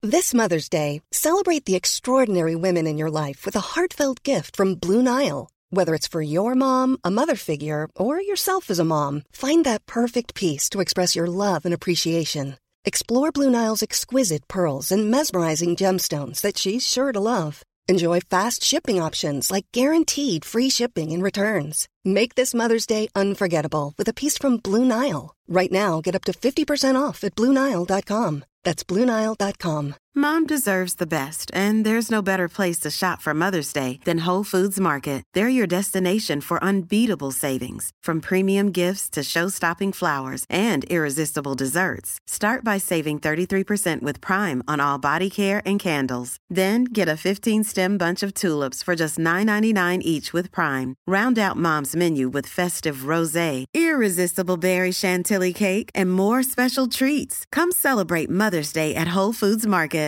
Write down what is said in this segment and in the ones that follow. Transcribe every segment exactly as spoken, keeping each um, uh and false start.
This Mother's Day, celebrate the extraordinary women in your life with a heartfelt gift from Blue Nile. Whether it's for your mom, a mother figure, or yourself as a mom, find that perfect piece to express your love and appreciation. Explore Blue Nile's exquisite pearls and mesmerizing gemstones that she's sure to love. Enjoy fast shipping options like guaranteed free shipping and returns. Make this Mother's Day unforgettable with a piece from Blue Nile. Right now, get up to fifty percent off at Blue Nile dot com. That's Blue Nile dot com. Mom deserves the best, and there's no better place to shop for Mother's Day than Whole Foods Market. They're your destination for unbeatable savings, from premium gifts to show-stopping flowers and irresistible desserts. Start by saving thirty-three percent with Prime on all body care and candles. Then get a fifteen-stem bunch of tulips for just nine ninety-nine each with Prime. Round out Mom's menu with festive rosé, irresistible berry chantilly cake, and more special treats. Come celebrate Mother's Day at Whole Foods Market.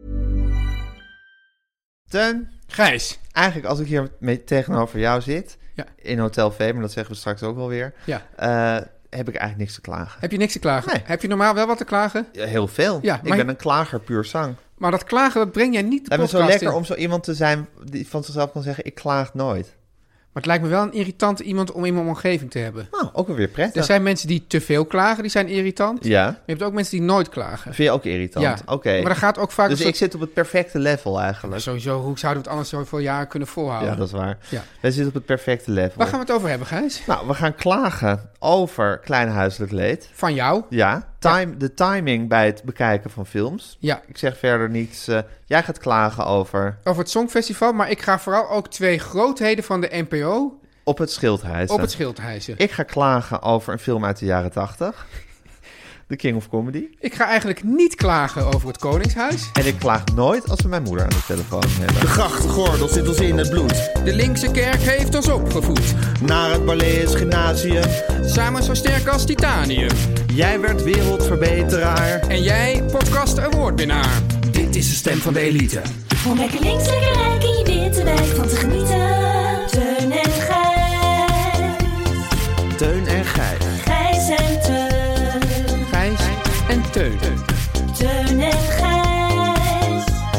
Teun, Gijs. Eigenlijk als ik hier mee tegenover jou zit, ja. in Hotel V, maar dat zeggen we straks ook wel weer, ja. uh, heb ik eigenlijk niks te klagen. Heb je niks te klagen? Nee. Heb je normaal wel wat te klagen? Ja, heel veel. Ja, ik maar ben je... een klager puur zang. Maar dat klagen, dat breng jij niet de podcast in. Het is zo lekker in. om zo iemand te zijn die van zichzelf kan zeggen, ik klaag nooit. Maar het lijkt me wel een irritante iemand om in mijn omgeving te hebben. Nou, ook wel weer prettig. Er zijn mensen die te veel klagen, die zijn irritant. Ja. Maar je hebt ook mensen die nooit klagen. Vind je ook irritant? Ja. Oké. Okay. Maar dat gaat ook vaak... Dus soort... ik zit op het perfecte level eigenlijk. Maar sowieso, hoe zouden we het anders zoveel jaren kunnen volhouden? Ja, dat is waar. Ja. Wij zitten op het perfecte level. Waar gaan we het over hebben, Gijs? Nou, we gaan klagen over klein huiselijk leed. Van jou? Ja. Time, ja. De timing bij het bekijken van films. Ja. Ik zeg verder niets. Uh, jij gaat klagen over... Over het Songfestival, maar ik ga vooral ook twee grootheden van de N P O... Op het Schildhijsen. Op het Schildhijsen. Ik ga klagen over een film uit de jaren tachtig. The King of Comedy. Ik ga eigenlijk niet klagen over het Koningshuis. En ik klaag nooit als we mijn moeder aan de telefoon hebben. De grachtgordel zit ons in het bloed. De linkse kerk heeft ons opgevoed. Naar het Barlees Gymnasium. Samen zo sterk als titanium. Jij werd wereldverbeteraar. En jij podcast awardwinnaar. Dit is de stem van de elite. Om lekker links, lekker rijk in je witte wijk van te genieten. Teun en Gijs. Teun en Gijs. Gijs en Teun. Gijs en Teun. Teun en Gijs.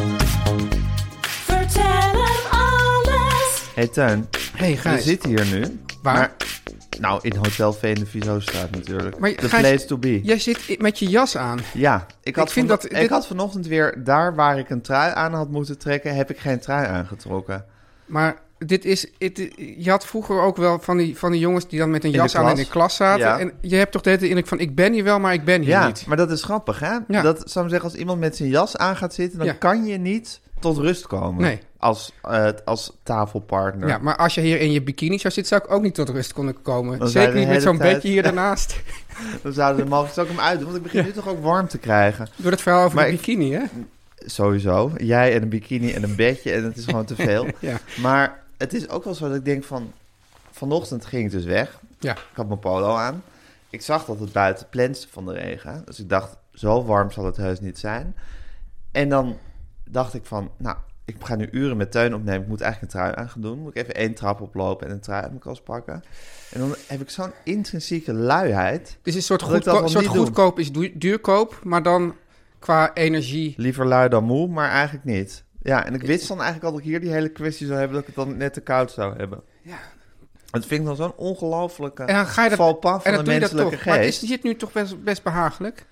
Vertel hem alles. Hey Teun. Hey Gijs. We zitten hier nu. Waar? Maar, nou, in Hotel V in de Vizostraat natuurlijk. Maar, The Gijs, place to be. Jij zit met je jas aan. Ja, ik had, ik vind van, dat, ik dit... had vanochtend weer daar waar ik een trui aan had moeten trekken, heb ik geen trui aangetrokken. Maar dit is, het, je had vroeger ook wel van die, van die jongens die dan met een jas aan in de klas zaten. Ja. En je hebt toch de hele indruk van, ik ben hier wel, maar ik ben hier ja, niet. maar dat is grappig, hè? Ja. Dat zou ik zeggen, als iemand met zijn jas aan gaat zitten, dan ja. kan je niet tot rust komen. Nee. Als, uh, als tafelpartner. Ja, maar als je hier in je bikini zou zitten, zou ik ook niet tot rust kunnen komen. Dan Zeker niet met zo'n tijd... bedje hier daarnaast. Dan zouden we mogelijk ook hem uitdoen, want ik begin ja. nu toch ook warm te krijgen. Door het verhaal over maar de ik... bikini, hè? Sowieso. Jij en een bikini en een bedje en het is gewoon te veel. ja. Maar het is ook wel zo dat ik denk van... Vanochtend ging ik dus weg. Ja. Ik had mijn polo aan. Ik zag dat het buiten plenste van de regen. Dus ik dacht, zo warm zal het heus niet zijn. En dan dacht ik van... Nou, ik ga nu uren met Teun opnemen. Ik moet eigenlijk een trui aan gaan doen. Moet ik even één trap oplopen en een trui uit mijn kast pakken. En dan heb ik zo'n intrinsieke luiheid. Dus een soort, goedko- soort goedkoop is du- duurkoop, maar dan qua energie... Liever lui dan moe, maar eigenlijk niet. Ja, en ik wist dan eigenlijk al dat ik hier die hele kwestie zou hebben... dat ik het dan net te koud zou hebben. Ja. Het vind ik dan zo'n ongelofelijke en dan ga je dat, valpas van en dan de doe menselijke je dat toch. geest. Maar is dit nu toch best, best behagelijk?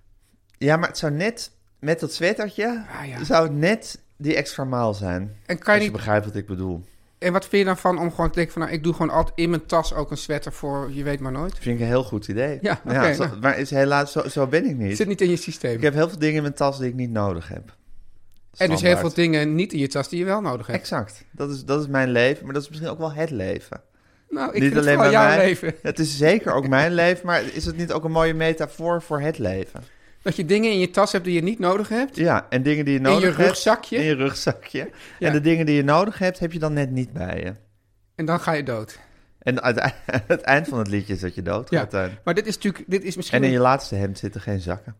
Ja, maar het zou net... Met dat sweatertje ah, ja. zou het net die extra maal zijn. En kan je als je niet... begrijpt wat ik bedoel. En wat vind je dan van om gewoon te denken van... nou, ik doe gewoon altijd in mijn tas ook een sweater voor je weet maar nooit? Vind ik een heel goed idee. Ja, oké. Okay, ja, zo, nou. Maar is helaas, zo, zo ben ik niet. Het zit niet in je systeem. Ik heb heel veel dingen in mijn tas die ik niet nodig heb. Standaard. En dus heel veel dingen niet in je tas die je wel nodig hebt. Exact. Dat is, dat is mijn leven, maar dat is misschien ook wel het leven. Nou, ik niet vind alleen het wel jouw mij. leven. Het is zeker ook mijn leven, maar is het niet ook een mooie metafoor voor het leven? Dat je dingen in je tas hebt die je niet nodig hebt. Ja, en dingen die je nodig hebt... In je rugzakje. Hebt, in je rugzakje. Ja. En de dingen die je nodig hebt, heb je dan net niet bij je. En dan ga je dood. En uit, het eind van het liedje is dat je dood gaat. Ja, maar dit is natuurlijk... Dit is misschien en in je laatste hemd zitten geen zakken.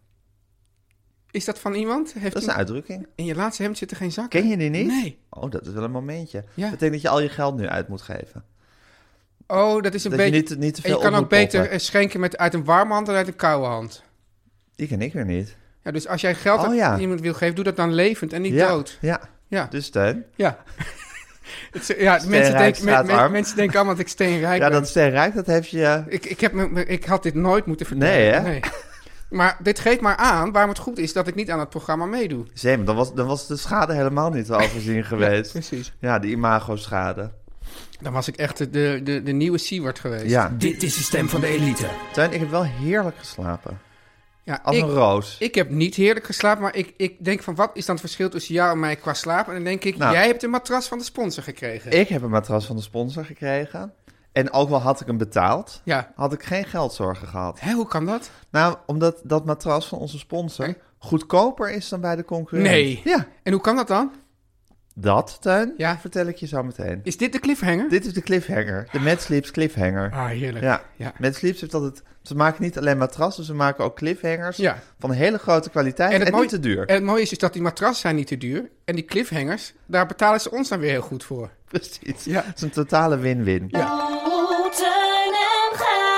Is dat van iemand? Heeft dat is een uitdrukking. In je laatste hemd zitten geen zakken? Ken je die niet? Nee. Oh, dat is wel een momentje. Ja. Dat betekent dat je al je geld nu uit moet geven. Oh, dat is een dat beetje... Je niet, niet te veel en je kan ook beter poppen. schenken met uit een warme hand dan uit een koude hand. Die ken ik weer niet. Ja, dus als jij geld Oh, aan ja. iemand wil geven, doe dat dan levend en niet Ja, dood. ja. Ja, Dus Teun. ja. Het is- ja mensen, Steenrijk denken, me- me- straatarm. mensen denken allemaal dat ik steenrijk Ja, ben. dat steenrijk, dat heeft je... Ik, ik, heb me, me- ik had dit nooit moeten vertellen. Nee, hè? Maar dit geeft maar aan waarom het goed is dat ik niet aan het programma meedoe. Zem, dan was, dan was de schade helemaal niet te overzien geweest. Precies. Ja, de imago-schade. Dan was ik echt de, de, de, de nieuwe Siewert geweest. Ja. Dit is de stem van de elite. Teun, ik heb wel heerlijk geslapen. ja Als ik, een roos. ik heb niet heerlijk geslapen, maar ik, ik denk van wat is dan het verschil tussen jou en mij qua slaap? En dan denk ik, Nou. jij hebt een matras van de sponsor gekregen. Ik heb een matras van de sponsor gekregen. En ook al had ik hem betaald, Ja. had ik geen geldzorgen gehad. Hé, hoe kan dat? Nou, omdat dat matras van onze sponsor Oké. goedkoper is dan bij de concurrent. Nee. Ja, En hoe kan dat dan? dat, Teun, Ja. vertel ik je zo meteen. Is dit de cliffhanger? Dit is de cliffhanger. De Mad Sleeps cliffhanger. Ah, heerlijk. Ja, Ja. Mad Sleeps heeft altijd... Ze maken niet alleen matrassen, ze maken ook cliffhangers Ja. van hele grote kwaliteit en, het mooie- niet te duur. En het mooie is dus dat die matrassen zijn niet te duur. En die cliffhangers, daar betalen ze ons dan weer heel goed voor. Precies. Ja. Het is een totale win-win. Oh, Teun en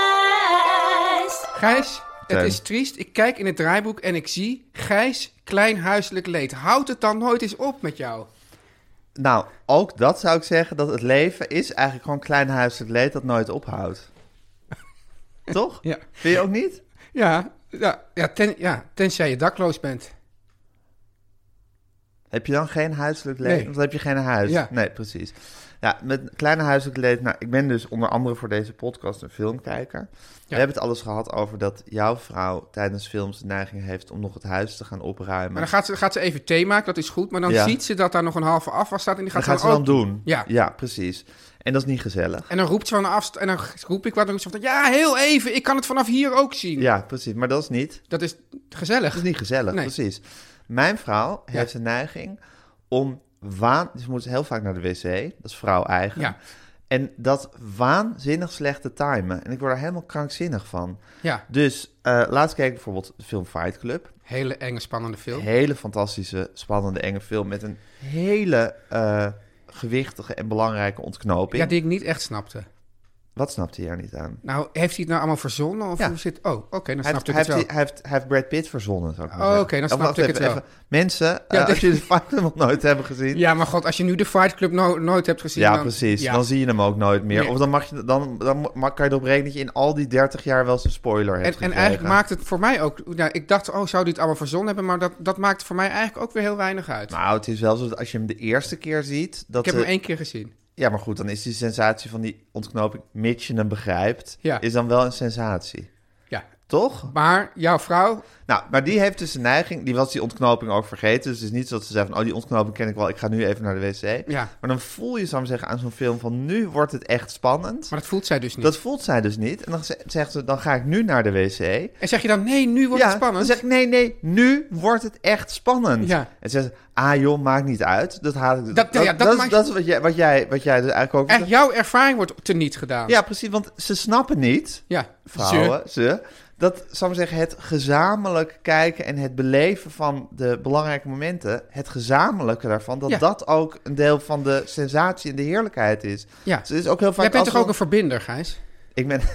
Gijs. Gijs, het Teun. is triest. Ik kijk in het draaiboek en ik zie Gijs, klein huiselijk leed. Houd het dan nooit eens op met jou. Nou, ook dat zou ik zeggen, dat het leven is eigenlijk gewoon klein huiselijk leed dat nooit ophoudt. Toch? Ja. Vind je ook niet? Ja, ja, ja, ten, ja tenzij je dakloos bent. Heb je dan geen huiselijk leed? Nee. Want dan heb je geen huis. Ja. Nee, precies. Ja, met kleine huiselijk leed. Nou, ik ben dus onder andere voor deze podcast een filmkijker. We hebben het alles gehad over dat jouw vrouw tijdens films de neiging heeft om nog het huis te gaan opruimen. Maar dan gaat ze, gaat ze even thee maken, dat is goed. Maar dan Ja. ziet ze dat daar nog een halve afwas staat en die dat gaat, gaat ze dan ook doen. Ja. Ja, precies. En dat is niet gezellig. En dan roept ze van afstand en dan roep ik wat. Dan roept ze van, ja, heel even, ik kan het vanaf hier ook zien. Ja, precies. Maar dat is niet, Dat is gezellig. dat is niet gezellig. Nee. Precies. Mijn vrouw Ja. heeft een neiging om waan... Ze moet heel vaak naar de wc. Dat is vrouw eigen. Ja, En dat waanzinnig slecht te timen. En ik word er helemaal krankzinnig van. ja. Dus uh, laatst keek ik bijvoorbeeld de film Fight Club. Hele enge, spannende film. Hele fantastische, spannende, enge film met een hele uh, gewichtige en belangrijke ontknoping. Ja, die ik niet echt snapte. Wat snapt hij er niet aan? Nou, heeft hij het nou allemaal verzonnen? Of Ja. hoe zit... Oh, oké, dan Hij snap heeft, ik hij, het heeft, wel. hij, heeft, hij heeft Brad Pitt verzonnen, zou ik maar Oh, zeggen. oké, dan Of snap wacht ik even, het wel. even. Mensen, uh, Ja, als de- jullie Fight Club nog nooit hebben gezien... Ja, maar god, als je nu de Fight Club no- nooit hebt gezien... Ja, dan, precies. Ja. Dan zie je hem ook nooit meer. Nee. Of dan, mag je, dan, dan ma- kan je erop rekenen dat je in al die dertig jaar wel eens een spoiler hebt En, en gekregen. eigenlijk maakt het voor mij ook... Nou, ik dacht, oh, zou die het allemaal verzonnen hebben? Maar dat, dat maakt voor mij eigenlijk ook weer heel weinig uit. Nou, het is wel zo dat als je hem de eerste keer ziet... Dat ik heb de- hem één keer gezien. Ja, maar goed, dan is die sensatie van die ontknoping, mits je hem begrijpt, Ja. is dan wel een sensatie. Ja, Toch? maar jouw vrouw... Nou, maar die heeft dus een neiging, die was die ontknoping ook vergeten. Dus het is niet zo dat ze zei van, oh, die ontknoping ken ik wel, ik ga nu even naar de wc. Ja, Maar dan voel je, zou ik maar zeggen, aan zo'n film van, nu wordt het echt spannend. maar dat voelt zij dus niet. Dat voelt zij dus niet. En dan ze- zegt ze, dan ga ik nu naar de wc. En zeg je dan, nee, nu wordt ja, het spannend? dan zeg ik, nee, nee, nu wordt het echt spannend. Ja. En ze zegt, ah joh, maakt niet uit. Dat haal ik. Dat- ja, dat is, maakt- dat is wat jij, wat jij, wat jij dus eigenlijk ook... Echt, jouw ervaring wordt teniet gedaan. Ja, precies, want ze snappen niet, Ja, vrouwen, ze, dat, zal ik maar zeggen, het gezamenlijk kijken en het beleven van de belangrijke momenten, het gezamenlijke daarvan, dat Ja. dat ook een deel van de sensatie en de heerlijkheid is. Ja. Dus het is ook heel vaak... Jij bent als toch ook we- een verbinder, Gijs? Ik ben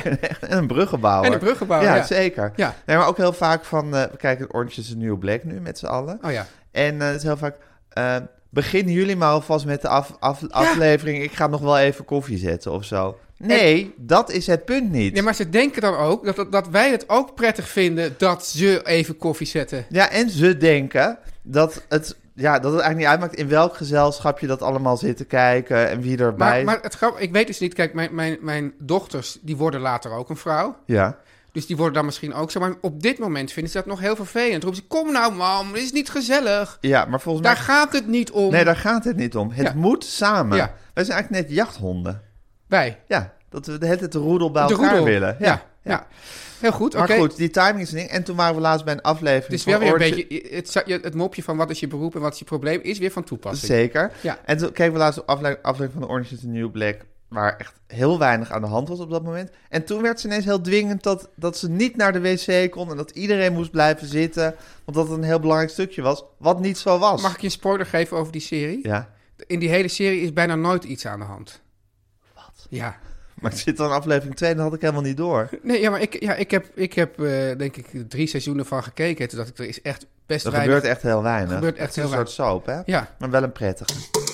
een bruggenbouwer. En een bruggenbouwer, Ja, ja. zeker. Ja. Nee, maar ook heel vaak van, uh, we kijken Orange is the New Black nu met z'n allen. Oh ja. En uh, het is heel vaak, uh, beginnen jullie maar alvast met de af, af, aflevering, ik ga nog wel even koffie zetten of zo. Nee, dat is het punt niet. Ja, maar ze denken dan ook dat, dat, dat wij het ook prettig vinden dat ze even koffie zetten. Ja, en ze denken dat het, ja, dat het eigenlijk niet uitmaakt in welk gezelschap je dat allemaal zit te kijken en wie erbij Maar, is. maar het grap, ik weet dus niet, kijk, mijn, mijn, mijn dochters, die worden later ook een vrouw. Ja. Dus die worden dan misschien ook zo. Maar op dit moment vinden ze dat nog heel vervelend. Dan roepen ze, kom nou mam, dit is niet gezellig. Ja, maar volgens Daar mij... gaat het niet om. Nee, daar gaat het niet om. Het Ja. moet samen. Ja. Wij zijn eigenlijk net jachthonden. Wij. Ja, dat we de hele tijd de roedel bij De elkaar roedel. willen. Ja, ja. Heel goed, oké. Maar goed, die timing is een ding. En toen waren we laatst bij een aflevering Het is van wel weer een Orange- beetje... Het, het, het mopje van wat is je beroep en wat is je probleem... is weer van toepassing. Zeker. Ja. En toen keken we laatst op afle- aflevering van de Orange is the New Black, waar echt heel weinig aan de hand was op dat moment. En toen werd ze ineens heel dwingend dat, dat ze niet naar de wc kon en dat iedereen moest blijven zitten, want dat het een heel belangrijk stukje was, wat niet zo was. Mag ik je een spoiler geven over die serie? Ja. In die hele serie is bijna nooit iets aan de hand. Wat? Ja. Maar ik zit dan in aflevering twee en dat had ik helemaal niet door. Nee, ja, maar ik, ja, ik heb, ik heb uh, denk ik drie seizoenen van gekeken. Toen dacht ik, er is echt best Er weinig. gebeurt echt heel weinig. Er gebeurt echt Het is heel een soort soap, hè? Ja. Maar wel een prettige.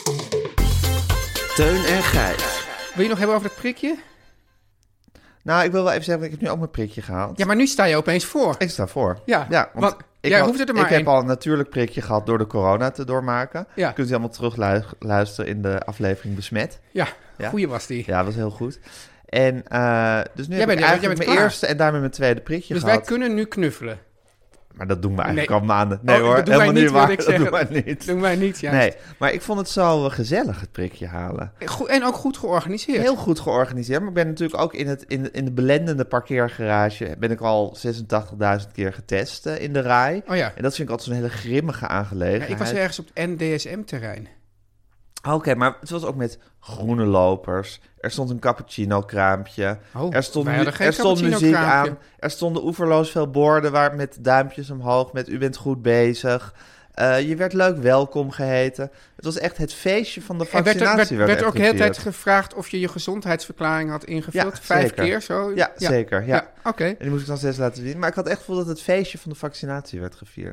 Teun en Gijs. Wil je nog hebben over dat prikje? Nou, ik wil wel even zeggen, ik heb nu ook mijn prikje gehaald. Ja, maar nu sta je opeens voor. Ik sta voor. Ja, ja want, want ik, jij had- hoeft het er maar ik heb één. al een natuurlijk prikje gehad door de corona te doormaken. Ja. Kunt u allemaal terugluisteren in de aflevering Besmet. Ja, Ja. goeie was die. Ja, dat was heel goed. En uh, dus nu Jij heb bent- ik jij eigenlijk bent mijn klaar. eerste en daarmee mijn tweede prikje Dus gehad. wij kunnen nu knuffelen. Maar dat doen we eigenlijk Nee. al maanden. Nee Oh, hoor, dat doen wij helemaal niet, niet waar. wilde ik Dat doen zeggen. wij niet. Dat doen wij niet, juist. Nee, maar ik vond het zo uh, gezellig, het prikje halen. Goed, en ook goed georganiseerd. Heel goed georganiseerd, maar ik ben natuurlijk ook in, het, in, de, in de belendende parkeergarage... ben ik al zesentachtigduizend keer getest uh, in de rij. Oh ja. En dat vind ik altijd zo'n hele grimmige Ja, aangelegenheid. ik was ergens op het N D S M-terrein. Oké, maar het was ook met groene lopers. Er stond een cappuccino-kraampje. Oh, er stond, wij mu- hadden geen er stond muziek cappuccino-kraampje. aan. Er stonden oeverloos veel borden waar met duimpjes omhoog... met u bent goed bezig. Uh, je werd leuk welkom geheten. Het was echt het feestje van de En werd vaccinatie. er, werd, werd echt ook de hele tijd gevierd. gevraagd of je je gezondheidsverklaring had ingevuld? Ja, Vijf zeker. keer zo? Ja, zeker. Ja. Ja, oké. En die moest ik dan steeds laten zien. Maar ik had echt het gevoel dat het feestje van de vaccinatie werd gevierd.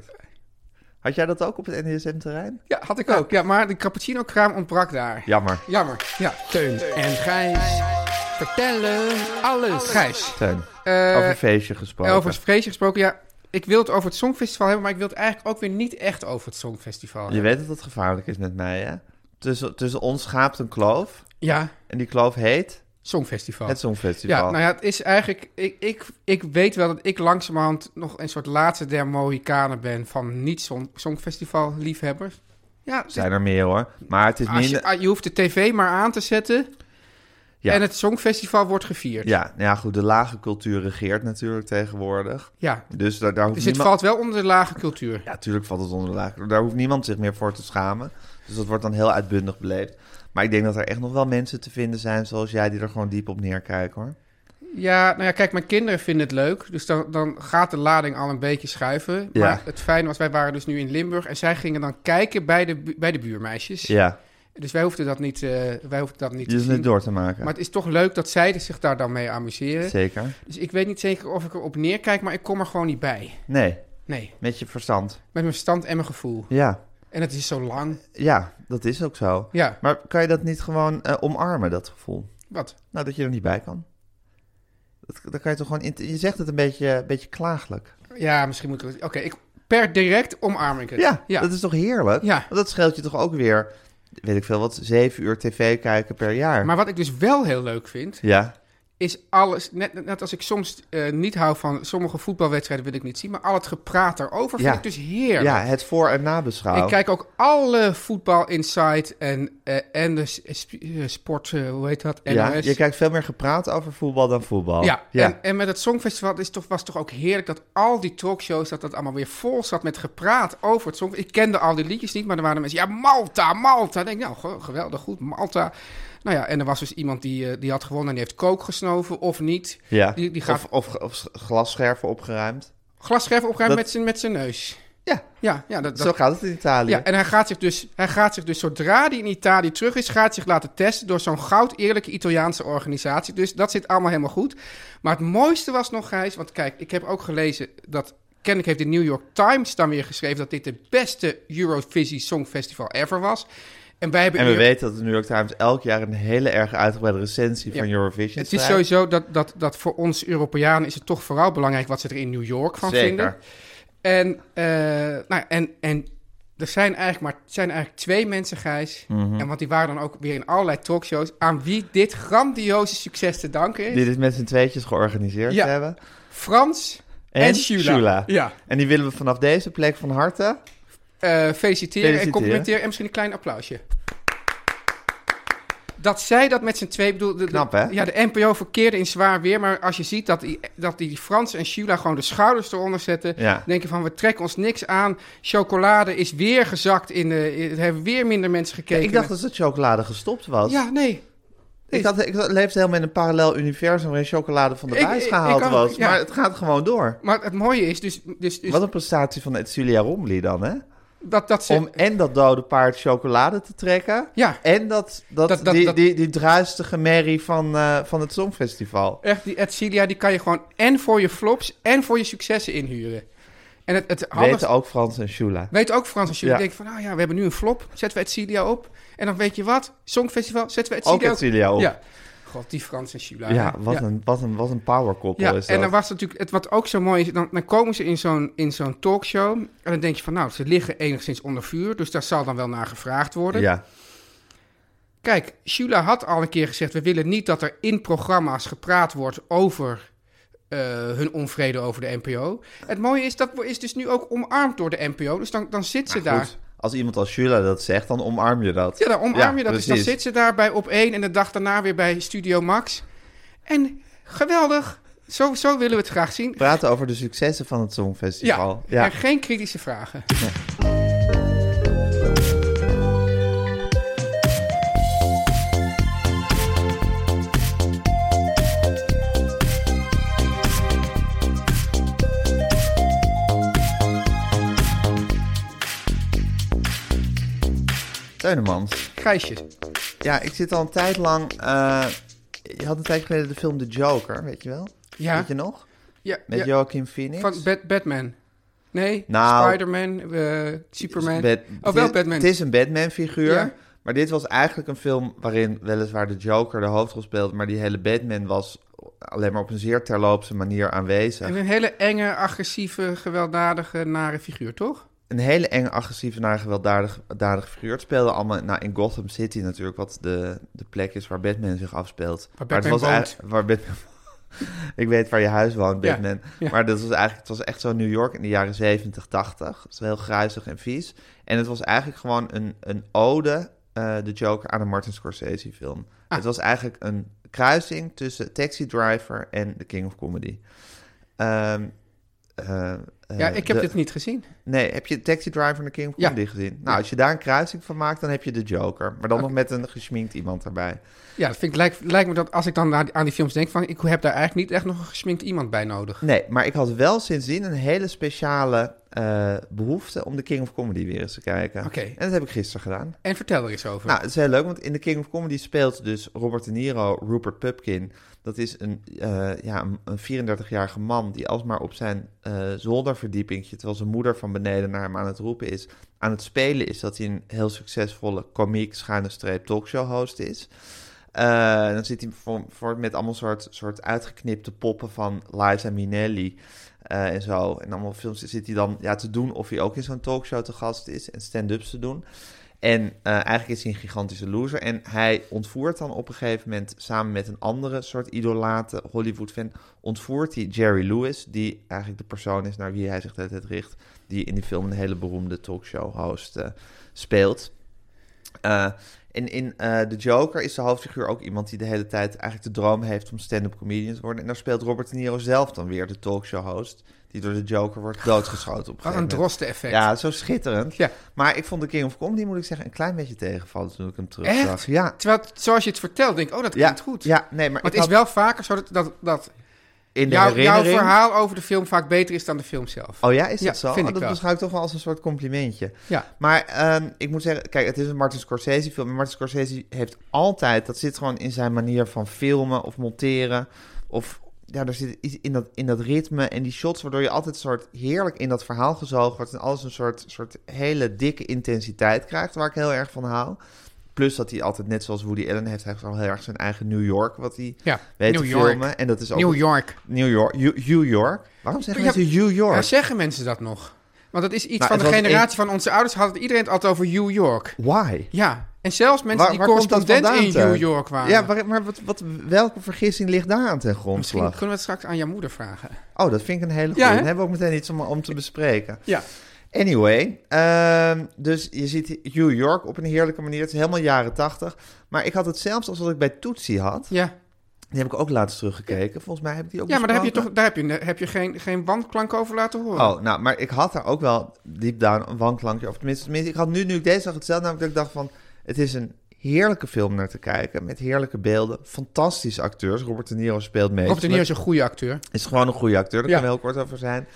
Had jij dat ook op het N D S M-terrein? Ja, had ik ook. Ja, maar de cappuccino-kraam ontbrak daar. Jammer. Jammer. Ja. Teun en Gijs vertellen alles. Gijs. Teun, eh, over een feestje gesproken. over het feestje gesproken. Ja, ik wil het over het Songfestival hebben, maar ik wil het eigenlijk ook weer niet echt over het Songfestival Je hebben. weet dat het gevaarlijk is met mij, hè? Tussen, tussen ons gaapt een kloof. Ja, En die kloof heet Songfestival. het Songfestival. Ja, nou ja, het is eigenlijk... Ik, ik, ik weet wel dat ik langzamerhand nog een soort laatste der Mohikanen ben van niet-Songfestival-liefhebbers. Ja, het is- Zijn er meer, hoor. Maar het is als minder... je, ah, je hoeft de tv maar aan te zetten Ja. en het Songfestival wordt gevierd. Ja, nou ja, goed, de lage cultuur regeert natuurlijk tegenwoordig. Ja, Dus daar, daar hoeft dus het niemand... valt wel onder de lage cultuur. Ja, natuurlijk valt het onder de lage. Daar hoeft niemand zich meer voor te schamen. Dus dat wordt dan heel uitbundig beleefd. Maar ik denk dat er echt nog wel mensen te vinden zijn zoals jij die er gewoon diep op neerkijken, hoor. Ja, nou ja, kijk, mijn kinderen vinden het leuk. Dus dan, dan gaat de lading al een beetje schuiven. Ja. Maar het fijne was, wij waren dus nu in Limburg en zij gingen dan kijken bij de, bu- bij de buurmeisjes. Ja, Dus wij hoefden dat niet, eh, wij hoefden dat niet je te is zien. niet door te maken. Maar het is toch leuk dat zij zich daar dan mee amuseren. Zeker. Dus ik weet niet zeker of ik erop neerkijk, maar ik kom er gewoon niet bij. Nee, Nee, met je verstand. met mijn verstand en mijn gevoel. Ja, En het is zo lang. ja, dat is ook zo. Ja, Maar kan je dat niet gewoon eh, omarmen, dat gevoel? wat? Nou, dat je er niet bij kan. Dat, dat kan je toch gewoon... in- je zegt het een beetje, een beetje klaaglijk. Ja, misschien moet ik het... Oké, ik per direct omarm ik het. Ja, ja. dat is toch heerlijk? Ja. Want dat scheelt je toch ook weer, weet ik veel wat, zeven uur tv kijken per jaar. Maar wat ik dus wel heel leuk vind, Ja, is alles... Net, net als ik soms eh, niet hou van sommige voetbalwedstrijden wil ik niet zien, maar al het gepraat erover vind Ja. ik dus heerlijk. ja, het voor- en nabeschouwen. Ik kijk ook alle voetbal Insight en, eh, en de s- sp- eh, sport, eh, hoe heet dat? N O S. Ja, je kijkt veel meer gepraat over voetbal dan voetbal. Ja, ja. En, en met het Songfestival is toch, was toch ook heerlijk dat al die talkshows, dat dat allemaal weer vol zat met gepraat over het Songfestival. Ik kende al die liedjes niet, maar er waren mensen, ja, Malta, Malta. Dan denk ik, nou, ge- geweldig, goed, Malta. Nou ja, en er was dus iemand die, eh, die had gewonnen en die heeft kook gesnoven, of niet. Ja. Die, die gaat Of, of, of glasscherven opgeruimd. glasscherven opruimen Dat- met zijn met zijn neus. Ja, Ja, ja, dat, dat, zo gaat het in Italië. ja, en hij gaat, zich dus, hij gaat zich dus, zodra hij in Italië terug is, gaat zich laten testen door zo'n goud eerlijke Italiaanse organisatie. Dus dat zit allemaal helemaal goed. Maar het mooiste was nog, Gijs, want kijk, ik heb ook gelezen dat, kennelijk heeft de New York Times dan weer geschreven dat dit de beste Eurovisie Songfestival ever was. En wij hebben En we hier- weten dat de New York Times elk jaar een hele erg uitgebreide recensie Ja. van Eurovision Het is schrijft. sowieso dat, dat, dat voor ons Europeanen is het toch vooral belangrijk wat ze er in New York van Zeker. vinden. En, eh, nou, en, en er zijn eigenlijk maar zijn eigenlijk twee mensen, Gijs. Mhm. En want die waren dan ook weer in allerlei talkshows, aan wie dit grandioze succes te danken is. Die dit met z'n tweetjes georganiseerd Ja. hebben. Frans en, En Shula. Shula. Ja, En die willen we vanaf deze plek van harte... eh, feliciteren, en Feliciteren. complimenteren en misschien een klein applausje. Dat zij dat met z'n twee bedoel, de, de- Knap, hè? Ja, de N P O verkeerde in zwaar weer, maar als je ziet dat die, dat die Frans en Shula gewoon de schouders eronder zetten, Ja. denk je van, we trekken ons niks aan. Chocolade is weer gezakt in de, in- er hebben weer minder mensen gekeken. ik dacht dat het chocolade gestopt was. Ja, nee. Ik, had, ik leefde helemaal in een parallel universum waarin chocolade van de Ik- buis ik- gehaald ik ook, was. ja. Maar het gaat gewoon door. Maar het mooie is dus... dus, dus Wat een prestatie van Celia Rombly dan, hè? dat, dat ze... om en dat dode paard chocolade te trekken... Ja. en dat, dat, Dat- dat- die, dat- die, die druistige merrie van, uh, van het Songfestival. Echt, die Ed Celia, die kan je gewoon en voor je flops en voor je successen inhuren. En het, het handig- Weten ook Frans en Shula. Weet ook Frans, als je Ja. denkt van, nou ja, we hebben nu een flop, zetten we Ed Celia op. En dan weet je wat, Songfestival, zetten we Ed Ook Celia Ed Celia op. Ja. God, die Frans en Shula. Ja, hè? wat, Ja. Een, wat, een, wat een powerkoppel Ja, is dat. en dan was natuurlijk, het wat ook zo mooi is, dan, dan komen ze in zo'n, in zo'n talkshow. En dan denk je van, nou, ze liggen enigszins onder vuur, dus daar zal dan wel naar gevraagd worden. Ja, Kijk, Shula had al een keer gezegd, we willen niet dat er in programma's gepraat wordt over uh, hun onvrede over de N P O. Het mooie is, dat is dus nu ook omarmd door de N P O, dus dan, dan zit ze maar daar. goed, als iemand als Shula dat zegt, dan omarm je dat. Ja, dan omarm je dat. Dus dan precies. zit ze daar bij Op één en de dag daarna weer bij Studio Max. En geweldig, zo, zo willen we het graag zien. Praten over de successen van het Songfestival. Ja, en geen kritische vragen. Teunemans. Gijsje. Ja, ik zit al een tijd lang... uh, je had een tijd geleden de film The Joker, weet je wel? Ja. Weet je nog? Ja, Met ja, Joaquin Phoenix. van Bat- Batman. Nee, Nou, Spider-Man, uh, Superman. Bat- oh, wel het is- Batman. Het is een Batman-figuur. Ja. Maar dit was eigenlijk een film waarin weliswaar de Joker de hoofdrol speelde, maar die hele Batman was alleen maar op een zeer terloopse manier aanwezig. En een hele enge, agressieve, gewelddadige, nare figuur, toch? Een hele enge, agressieve, naar gewelddadige dadige figuur. Het speelde allemaal nou, in Gotham City natuurlijk, wat de, de plek is waar Batman zich afspeelt. Waar Maar Batman het was woont. eigenlijk- Waar Batman... Ik weet waar je huis woont, Ja, Batman. ja. Maar dat was eigenlijk, het was echt zo New York in de jaren zeventig, tachtig. Het was heel gruizig en vies. En het was eigenlijk gewoon een, een ode, uh, de Joker, aan een Martin Scorsese film. Ah. Het was eigenlijk een kruising tussen Taxi Driver en The King of Comedy. Um, uh, uh, Ja, ik heb de- dit niet gezien. Nee, heb je Taxi Driver en The King of Ja. Comedy gezien? Nou, als je daar een kruising van maakt, dan heb je de Joker. Maar dan Oké. nog met een geschminkt iemand erbij. Ja, dat vind ik, lijkt, lijkt me dat als ik dan aan die, aan die films denk van, ik heb daar eigenlijk niet echt nog een gesminkt iemand bij nodig. Nee, maar ik had wel sindsdien een hele speciale uh, behoefte om The King of Comedy weer eens te kijken. Oké. En dat heb ik gisteren gedaan. En vertel er eens over. Nou, het is heel leuk, want in The King of Comedy speelt dus Robert De Niro, Rupert Pupkin. Dat is een, uh, ja, een, een vierendertigjarige man die alsmaar op zijn uh, zolderverdiepingje, terwijl zijn moeder van beneden naar hem aan het roepen is, aan het spelen is dat hij een heel succesvolle komiek, schuine streep talkshow host is. Uh, dan zit hij voor, voor, met allemaal soort, soort uitgeknipte poppen van Liza Minnelli uh, en zo. En allemaal films zit hij dan ja, te doen of hij ook in zo'n talkshow te gast is en stand-ups te doen. En uh, eigenlijk is hij een gigantische loser. En hij ontvoert dan op een gegeven moment samen met een andere soort idolate Hollywood-fan, ontvoert hij Jerry Lewis, die eigenlijk de persoon is naar wie hij zich de hele tijd richt, die in die film een hele beroemde talkshow-host uh, speelt. Uh, en in uh, The Joker is de hoofdfiguur ook iemand die de hele tijd eigenlijk de droom heeft om stand-up comedian te worden. En daar speelt Robert De Niro zelf dan weer de talkshow-host, die door de Joker wordt doodgeschoten op een Wat gegeven een moment. drosten-effect. Ja, zo schitterend. Ja. Maar ik vond The King of Comedy, moet ik zeggen, een klein beetje tegenvallen toen ik hem terug Echt? zag. Ja, Terwijl, het- zoals je het vertelt, denk ik, oh, dat ja, klinkt goed. ja, nee, maar Maar ik het is had wel vaker zo dat, dat, dat in de jouw, jouw herinnering... verhaal over de film vaak beter is dan de film zelf. Oh ja, is Ja, dat zo? vind Oh, ik dat wel. beschouw ik toch wel als een soort complimentje. Ja. Maar ehm, ik moet zeggen, kijk, het is een Martin Scorsese film. En Martin Scorsese heeft altijd, dat zit gewoon in zijn manier van filmen of monteren. Of ja, er zit iets in dat, in dat ritme en die shots, waardoor je altijd soort heerlijk in dat verhaal gezogen wordt. En alles een soort, soort hele dikke intensiteit krijgt, waar ik heel erg van hou. Plus dat hij altijd, net zoals Woody Allen, heeft hij al heel erg zijn eigen New York, wat hij Ja, weet New te York. filmen. En dat is ook New York. New York. New New York. Waarom zeggen Ja, mensen New York? Ja, zeggen mensen dat nog? Want dat is iets Nou, van de het was generatie van onze ouders, had het iedereen het altijd over New York. Why? Ja, en zelfs mensen Waar- die waar komt dat correspondent in vandaan, New Teun? York waren. Ja, maar, maar wat, wat, welke vergissing ligt daar aan ten Misschien grondslag? kunnen we het straks aan jouw moeder vragen. Oh, dat vind ik een hele goede. Ja, hè? Dan hebben we ook meteen iets om, om te bespreken. Ja. Anyway, ehm, dus je ziet New York op een heerlijke manier. Het is helemaal jaren tachtig. Maar ik had het zelfs als wat ik bij Tootsie had. Ja, Die heb ik ook laatst teruggekeken. Volgens mij heb ik die ook ja maar daar heb je besproken. toch daar heb je, heb je geen, geen wandklank over laten horen. Oh, nou, maar ik had daar ook wel deep down een wanklankje over. Tenminste, tenminste, ik had nu, nu ik deze zag hetzelfde, namelijk dat ik dacht van, het is een heerlijke film naar te kijken, met heerlijke beelden, fantastische acteurs. Robert De Niro speelt mee. Robert De Niro is een goede acteur. Is gewoon een goede acteur, daar Ja. kan we heel kort over zijn.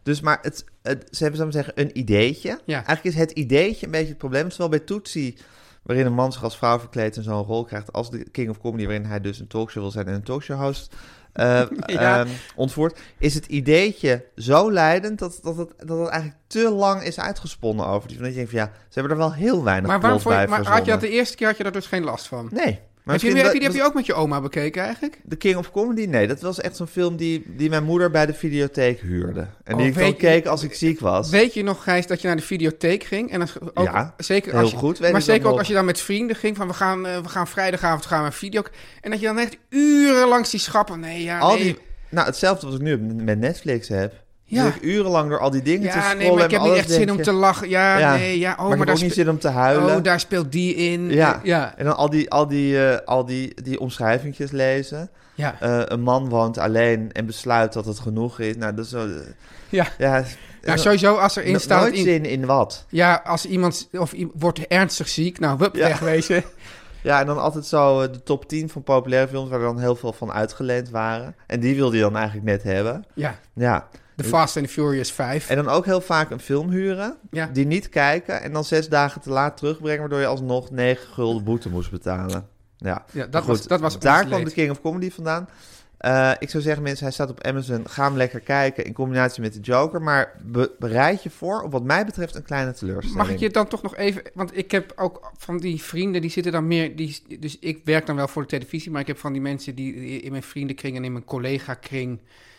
Dus maar het, het, ze hebben, zou ik maar zeggen, een ideetje. Ja. Eigenlijk is het ideetje een beetje het probleem. Zowel bij Tootsie, waarin een man zich als vrouw verkleedt en zo'n rol krijgt, als de King of Comedy, waarin hij dus een talkshow wil zijn en een talkshow host uh, Ja. uh, ontvoert, is het ideetje zo leidend dat, dat, het, dat het eigenlijk te lang is uitgesponnen over. Dus dat je denkt van ja, ze hebben er wel heel weinig Maar, waarom plot vond je, bij maar had je dat verzonnen. de eerste keer had je daar dus geen last van? Nee. Maar Heb je, misschien heb, je, dat- heb je ook met je oma bekeken eigenlijk? De King of Comedy? Nee, dat was echt zo'n film die, die mijn moeder bij de videotheek huurde. En Oh, die ik dan weet je- keek als ik ziek was. Weet je nog, Gijs, dat je naar de videotheek ging? En als, ook, Ja, zeker heel als je, goed, weet maar ik dat zeker ook nog. als je dan met vrienden ging van we gaan, uh, we gaan vrijdagavond gaan we een video. En dat je dan echt uren langs die schappen. Nee, ja, Al nee. die, nou, hetzelfde wat ik nu met Netflix heb. Ja. Dus ik urenlang door al die dingen te Ja, scrollen. nee, maar ik heb en niet alles echt zin om denken, te lachen. Ja, Ja, nee, ja. Oh, maar, maar, ik heb daar ook niet spe- zin om te huilen. Oh, daar speelt die in. Ja. ja. En dan al die, al die, eh, al die, die omschrijvingjes lezen. ja. Eh, een man woont alleen en besluit dat het genoeg is. Nou, dat is zo... eh, ja. ja, Nou, sowieso als erin no- staat... nooit in, zin in wat. ja, als iemand of i- wordt ernstig ziek, nou, wup, Ja. wegwezen. Ja, en dan altijd zo eh, de top tien van populaire films waar er dan heel veel van uitgeleend waren. En die wilde je dan eigenlijk net hebben. Ja, Ja. The Fast and the Furious vijf. En dan ook heel vaak een film huren, Ja. die niet kijken en dan zes dagen te laat terugbrengen, waardoor je alsnog negen gulden boete moest betalen. Ja, Ja, dat Maar was- dat was Daar ons kwam leed. de King of Comedy vandaan. Eh, ik zou zeggen, mensen, hij staat op Amazon. Ga hem lekker kijken in combinatie met de Joker. Maar be- bereid je voor, op wat mij betreft, een kleine teleurstelling. Mag ik je dan toch nog even... Want ik heb ook van die vrienden, die zitten dan meer... Die, dus ik werk dan wel voor de televisie, maar ik heb van die mensen die die in mijn vriendenkring en in mijn collega-kring,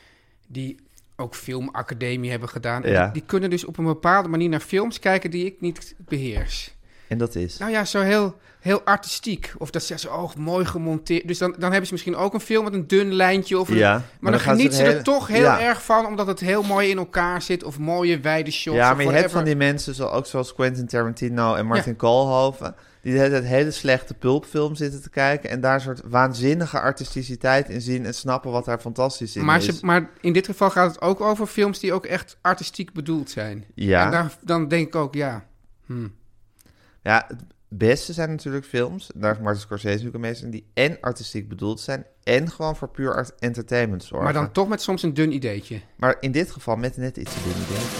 die ook filmacademie hebben gedaan. En Ja. die, die kunnen dus op een bepaalde manier naar films kijken die ik niet beheers. En dat is... Nou ja, zo heel, heel artistiek. Of dat ze zo oh, mooi gemonteerd. Dus dan, dan hebben ze misschien ook een film met een dun lijntje. Of een, Ja, maar, maar dan dan gaan ze genieten ze er er heel- toch heel Ja. erg van, omdat het heel mooi in elkaar zit. Of mooie wijde shots. Ja, of maar je hebt whatever. van die mensen, zo, ook zoals Quentin Tarantino en Martin Ja. Koolhoven, die de hele tijd hele slechte pulpfilms zitten te kijken en daar een soort waanzinnige artisticiteit in zien en snappen wat daar fantastisch in Maar, is. ze, maar in dit geval gaat het ook over films die ook echt artistiek bedoeld zijn. Ja. En daar, dan denk ik ook, ja... Hm. Ja, het beste zijn natuurlijk films, daar is Martin Scorsese natuurlijk een meester in, die en artistiek bedoeld zijn en gewoon voor puur art- entertainment zorgen. Maar dan toch met soms een dun ideetje. Maar in dit geval met net iets te doen. denk ik.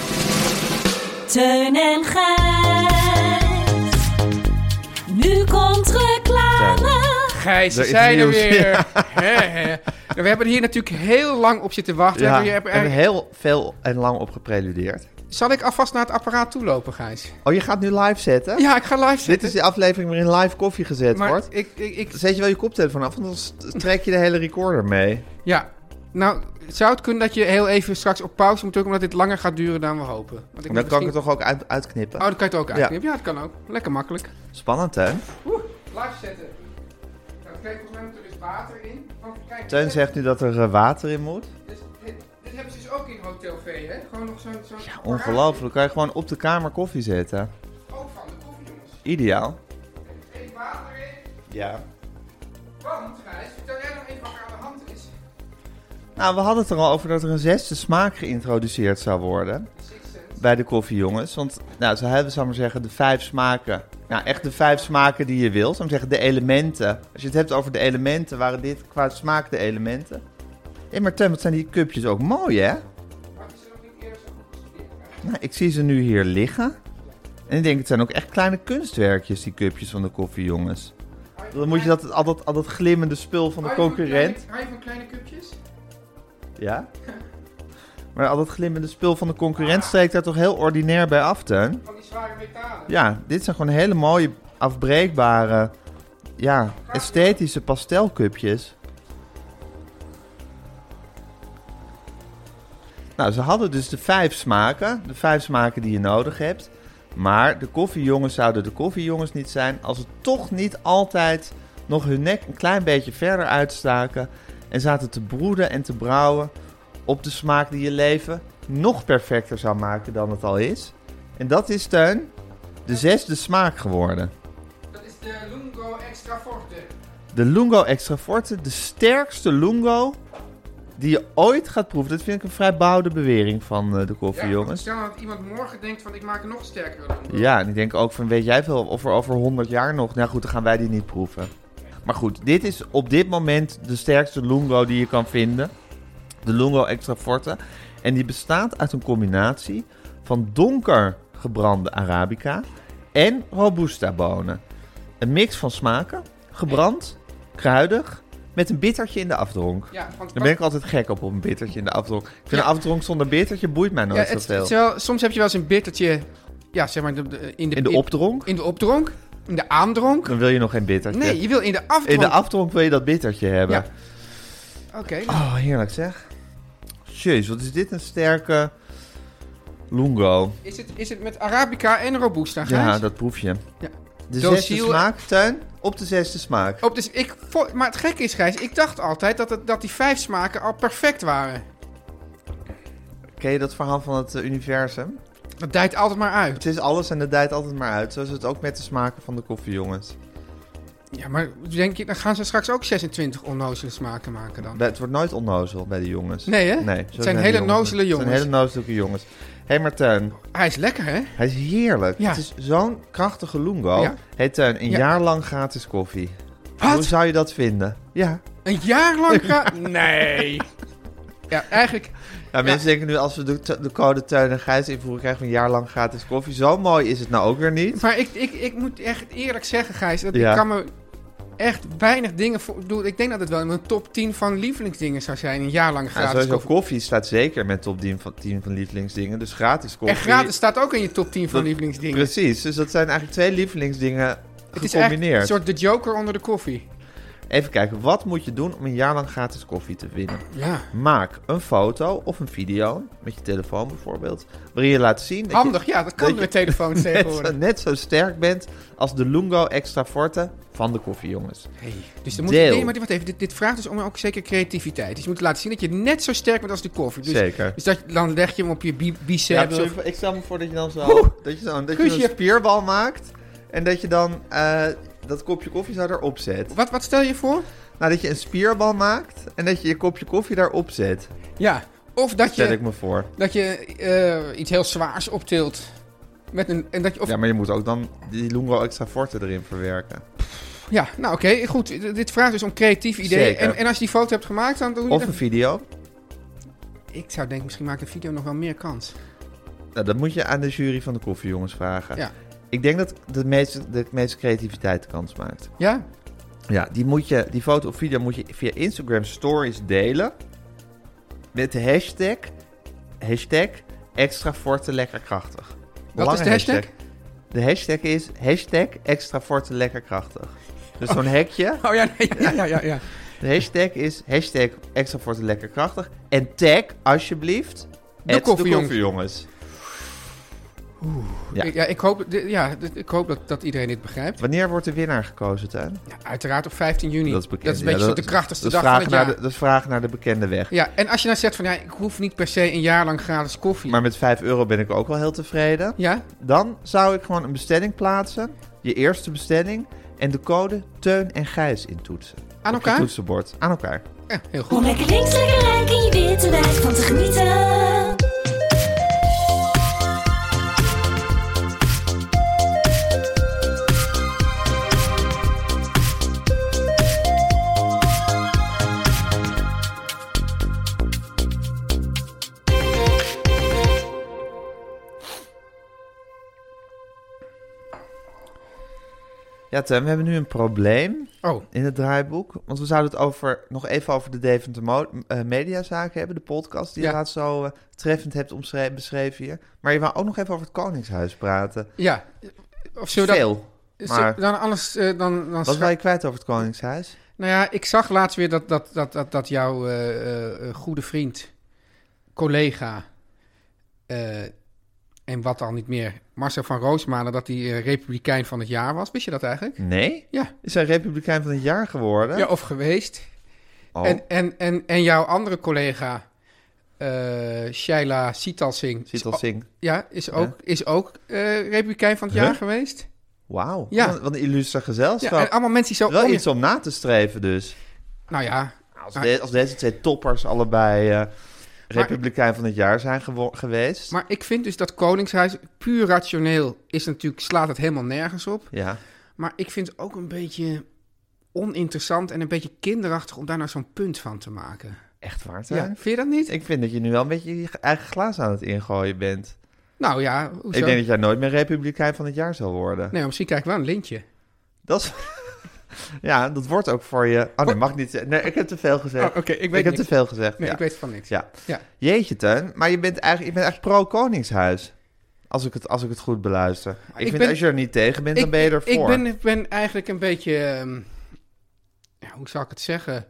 Teun en Gijs. Nu komt reclame. Gijs, Er ze is zijn er nieuws. weer. Hè, hè. Nou, we hebben er hier natuurlijk heel lang op zitten wachten. Ja, We we hebben- hebben heel veel en lang op gepreludeerd. Zal ik alvast naar het apparaat toe lopen, Gijs? Oh, je gaat nu live zetten? Ja, ik ga live zitten. Dit is de aflevering waarin live koffie gezet maar wordt. ik, ik, ik, Zet je wel je koptelefoon af, want dan trek je de hele recorder mee. ja, nou, zou het kunnen dat je heel even straks op pauze moet drukken, omdat dit langer gaat duren dan we hopen? Want ik Dan moet kan ik misschien- het toch ook uit, uitknippen? Oh, dan kan je het ook uitknippen. Ja. dat kan ook. Lekker makkelijk. Spannend, Teun. Oeh, live zetten. Nou, kijk, volgens mij moet er dus water in. Want kijk, Teun dit- zegt nu dat er uh, water in moet. Dit, dit, dit hebben ze dus ook in Hotel V, hè? Gewoon nog zo'n... zo'n apparaat. Ongelooflijk, dan kan je gewoon op de kamer koffie zetten. Ook van de koffie, jongens. Ideaal. Even water in. Ja. Want, Gijs, vertel jij dan even wat er aan de hand is. Nou, we hadden het er al over dat er een zesde smaak geïntroduceerd zou worden. Bij de koffiejongens. Want, nou, ze hebben, zou ik maar zeggen, de vijf smaken. Nou, echt de vijf smaken die je wilt. Zou ik maar zeggen, de elementen. Als je het hebt over de elementen, waren dit qua smaak de elementen. Hé, maar Teun, wat zijn die cupjes ook mooi, hè? Nou, ik zie ze nu hier liggen. En ik denk, het zijn ook echt kleine kunstwerkjes, die cupjes van de koffiejongens. Dan moet je dat, al, dat, al dat glimmende spul van de Hou je van concurrent... kleine- Hou je van kleine cupjes? Ja? Maar al dat glimmende spul van de concurrent steekt daar toch heel ordinair bij af, Teun? Van die zware metalen. Ja, dit zijn gewoon hele mooie, afbreekbare, ja, esthetische pastelcupjes. Nou, ze hadden dus de vijf smaken, de vijf smaken die je nodig hebt. Maar de koffiejongens zouden de koffiejongens niet zijn als ze toch niet altijd nog hun nek een klein beetje verder uitstaken en zaten te broeden en te brouwen op de smaak die je leven nog perfecter zou maken dan het al is. En dat is, Teun, de zesde smaak geworden. Dat is de Lungo Extra Forte. De Lungo Extra Forte, de sterkste Lungo die je ooit gaat proeven. Dat vind ik een vrij bouwde bewering van uh, de koffiejongens. Ja, stel dat iemand morgen denkt van ik maak een nog sterkere Lungo. Ja, en ik denk ook van, weet jij veel, of er over honderd jaar nog... Nou goed, dan gaan wij die niet proeven. Maar goed, dit is op dit moment de sterkste Lungo die je kan vinden. De Lungo Extra Forte. En die bestaat uit een combinatie van donker gebrande Arabica en Robusta bonen. Een mix van smaken, gebrand, kruidig, met een bittertje in de afdronk. Ja, want, Daar ben ik altijd gek op, op een bittertje in de afdronk. Ik vind Ja. een afdronk zonder bittertje boeit mij ja, nooit het, zoveel. het is wel, soms heb je wel eens een bittertje, ja, zeg maar, de, de- in de, In de opdronk, in de opdronk, in de aandronk. dan wil je nog geen bittertje. Nee, je wil in de afdronk. In de afdronk wil je dat bittertje hebben. Ja. Oké, nou, Oh, heerlijk zeg. Jezus, wat is dit een sterke lungo. is, het, is het met Arabica en Robusta, Gijs? Ja, dat proef je. Ja. De Docile- zesde smaak, Teun, op de zesde smaak. Op, dus ik, vo- maar het gekke is, Gijs, ik dacht altijd dat, het, dat die vijf smaken al perfect waren. Ken je dat verhaal van het eh, universum? Dat dijt altijd maar uit. Het is alles en het dijt altijd maar uit. Zo is het ook met de smaken van de koffie, jongens. Ja, maar denk je, dan gaan ze straks ook zesentwintig onnozele smaken maken dan? Bij- Het wordt nooit onnozel bij de jongens. Nee, hè? Nee, zo Het zijn de hele jongens. nozele Het jongens. zijn hele nozele jongens. Hé, hey, maar Teun, Hij is lekker, hè? hij is heerlijk. Ja. Het is zo'n krachtige lungo. Ja. Hey Teun, een Ja. jaar lang gratis koffie. Wat? Hoe zou je dat vinden? Ja. Een jaar lang ga... Nee. Ja, eigenlijk... Ja, mensen denken nu, als we de, de code Teun en Gijs invoeren, krijgen we een jaar lang gratis koffie. Zo mooi is het nou ook weer niet. Maar ik, ik, ik moet echt eerlijk zeggen, Gijs, dat Ja. ik kan me echt weinig dingen voor... Ik bedoel, ik denk dat het wel in mijn top tien van lievelingsdingen zou zijn. Een jaar lang Ja, gratis sowieso koffie. koffie staat zeker met top tien van, tien van lievelingsdingen. Dus gratis koffie. En gratis staat ook in je top tien van Dat- lievelingsdingen. Precies, dus dat zijn eigenlijk twee lievelingsdingen Het is echt gecombineerd. een soort de Joker onder de koffie. Even kijken, wat moet je doen om een jaar lang gratis koffie te winnen? Ja, Maak een foto of een video, met je telefoon bijvoorbeeld, waarin je laat zien dat handig. Ja, dat kan dat je- met telefoons je net, tegenwoordig. zo- net zo sterk bent als de Lungo Extra Forte van de koffie, jongens. Hey, dus dan moet je, Deel. nee, maar wacht even, dit, dit vraagt dus om ook zeker creativiteit. Dus je moet laten zien dat je net zo sterk bent als de koffie. Dus, Zeker. dus dat, dan leg je hem op je bi- Ja, biceps. bedoel, of- ik stel me voor dat je dan zo, Oeh. dat je zo dat je Guusje. een spierbal maakt en dat je dan eh, dat kopje koffie zo erop zet. wat, wat stel je voor? Nou, dat je een spierbal maakt en dat je je kopje koffie daarop zet. Ja, of dat Stel je, ik me voor. dat je eh, iets heel zwaars optilt. Met een, en dat je, of, Ja, maar je moet ook dan die Lungo Extra Forte erin verwerken. ja, nou oké, goed. D- Dit vraagt dus om creatieve ideeën. Zeker. En, en als je die foto hebt gemaakt, dan doe je Of dat- een video. Ik zou denken, misschien maakt de video nog wel meer kans. Nou, dat moet je aan de jury van de koffiejongens vragen. Ja. Ik denk dat de meeste, de meeste creativiteit kans maakt. Ja? Ja, die, moet je, die foto of video moet je via Instagram Stories delen. Met de hashtag, hashtag extra forte lekker krachtig. Wat is de hashtag? De hashtag is hashtag extra forte lekker krachtig. Dus zo'n hekje. Oh ja, nee, ja, ja, ja. ja. De hashtag is hashtag extra forte lekker krachtig. En tag alsjeblieft De het koffiejongens. koffiejongens. Ja. Ik, ja, ik hoop, d- ja, d- ik hoop dat, dat iedereen dit begrijpt. Wanneer wordt de winnaar gekozen, Tuin? Ja, uiteraard op vijftien juni. Dat is bekend. Dat is een Ja, beetje dat- de krachtigste dat is dag van vragen het naar jaar. de, dat is vragen naar de bekende weg. Ja, en als je nou zegt van, ja, ik hoef niet per se een jaar lang gratis koffie. Maar met vijf euro ben ik ook wel heel tevreden. Ja? Dan zou ik gewoon een bestelling plaatsen. Je eerste bestelling. En de code Teun en Gijs intoetsen. Aan Op je elkaar? toetsenbord. Aan elkaar. Ja, heel goed. Om lekker links, lekker rijk in je witte wijk van te genieten. Ja, Teun, we hebben nu een probleem Oh, in het draaiboek. Want we zouden het over, nog even over de Deventer Mo- eh, Mediazaken hebben. De podcast die Ja. je laatst zo eh, treffend hebt omschreven, beschreven hier. Maar je wou ook nog even over het Koningshuis praten. ja. Of zullen we dat... Veel. zullen- maar- Dan anders... eh, dan, dan Wat schra- wil je kwijt over het Koningshuis? Nou ja, ik zag laatst weer dat, dat, dat, dat, dat jouw eh, eh, eh, goede vriend, collega... eh, en wat dan niet meer, Marcel van Roosmalen, dat hij eh, Republikein van het jaar was. Wist je dat eigenlijk? Nee? Ja. Is hij Republikein van het jaar geworden? Ja, of geweest. Oh. En, en, en, en jouw andere collega, eh Shaila Sital Singh, is, Sital o- Singh. ja, is ook, is ook eh, Republikein van het Huh? jaar geweest. Wauw. Ja. Wat, wat een illustre Ja, gezelschap. en allemaal mensen die zo... Wel om je- iets om na te streven dus. Nou ja, Als, Maar- de- als deze twee toppers allebei eh, Republikein van het jaar zijn gewo- geweest. maar ik vind dus dat Koningshuis, puur rationeel, is natuurlijk, slaat het helemaal nergens op. Ja. Maar ik vind het ook een beetje oninteressant en een beetje kinderachtig om daar nou zo'n punt van te maken. Echt waar, Teun? Ja, vind je dat niet? Ik vind dat je nu wel een beetje je eigen glaas aan het ingooien bent. Nou ja, hoezo? Ik denk dat jij nooit meer Republikein van het jaar zal worden. Nee, maar misschien krijg ik wel een lintje. Dat is... Ja, dat wordt ook voor je... Oh nee, mag niet zeggen. Nee, ik heb te veel gezegd. Oh, oké, ik weet Ik heb niks. te veel gezegd, Nee, ja. ik weet van niks. Ja. Ja. Jeetje, Teun. Maar je bent eigenlijk, je bent echt pro-Koningshuis. Als ik, het, als ik het goed beluister. Ik, Ik vind ben- als je er niet tegen bent, dan Ik, ben je ik ervoor. ben, ik ben eigenlijk een beetje... ehm, ja, hoe zal ik het zeggen?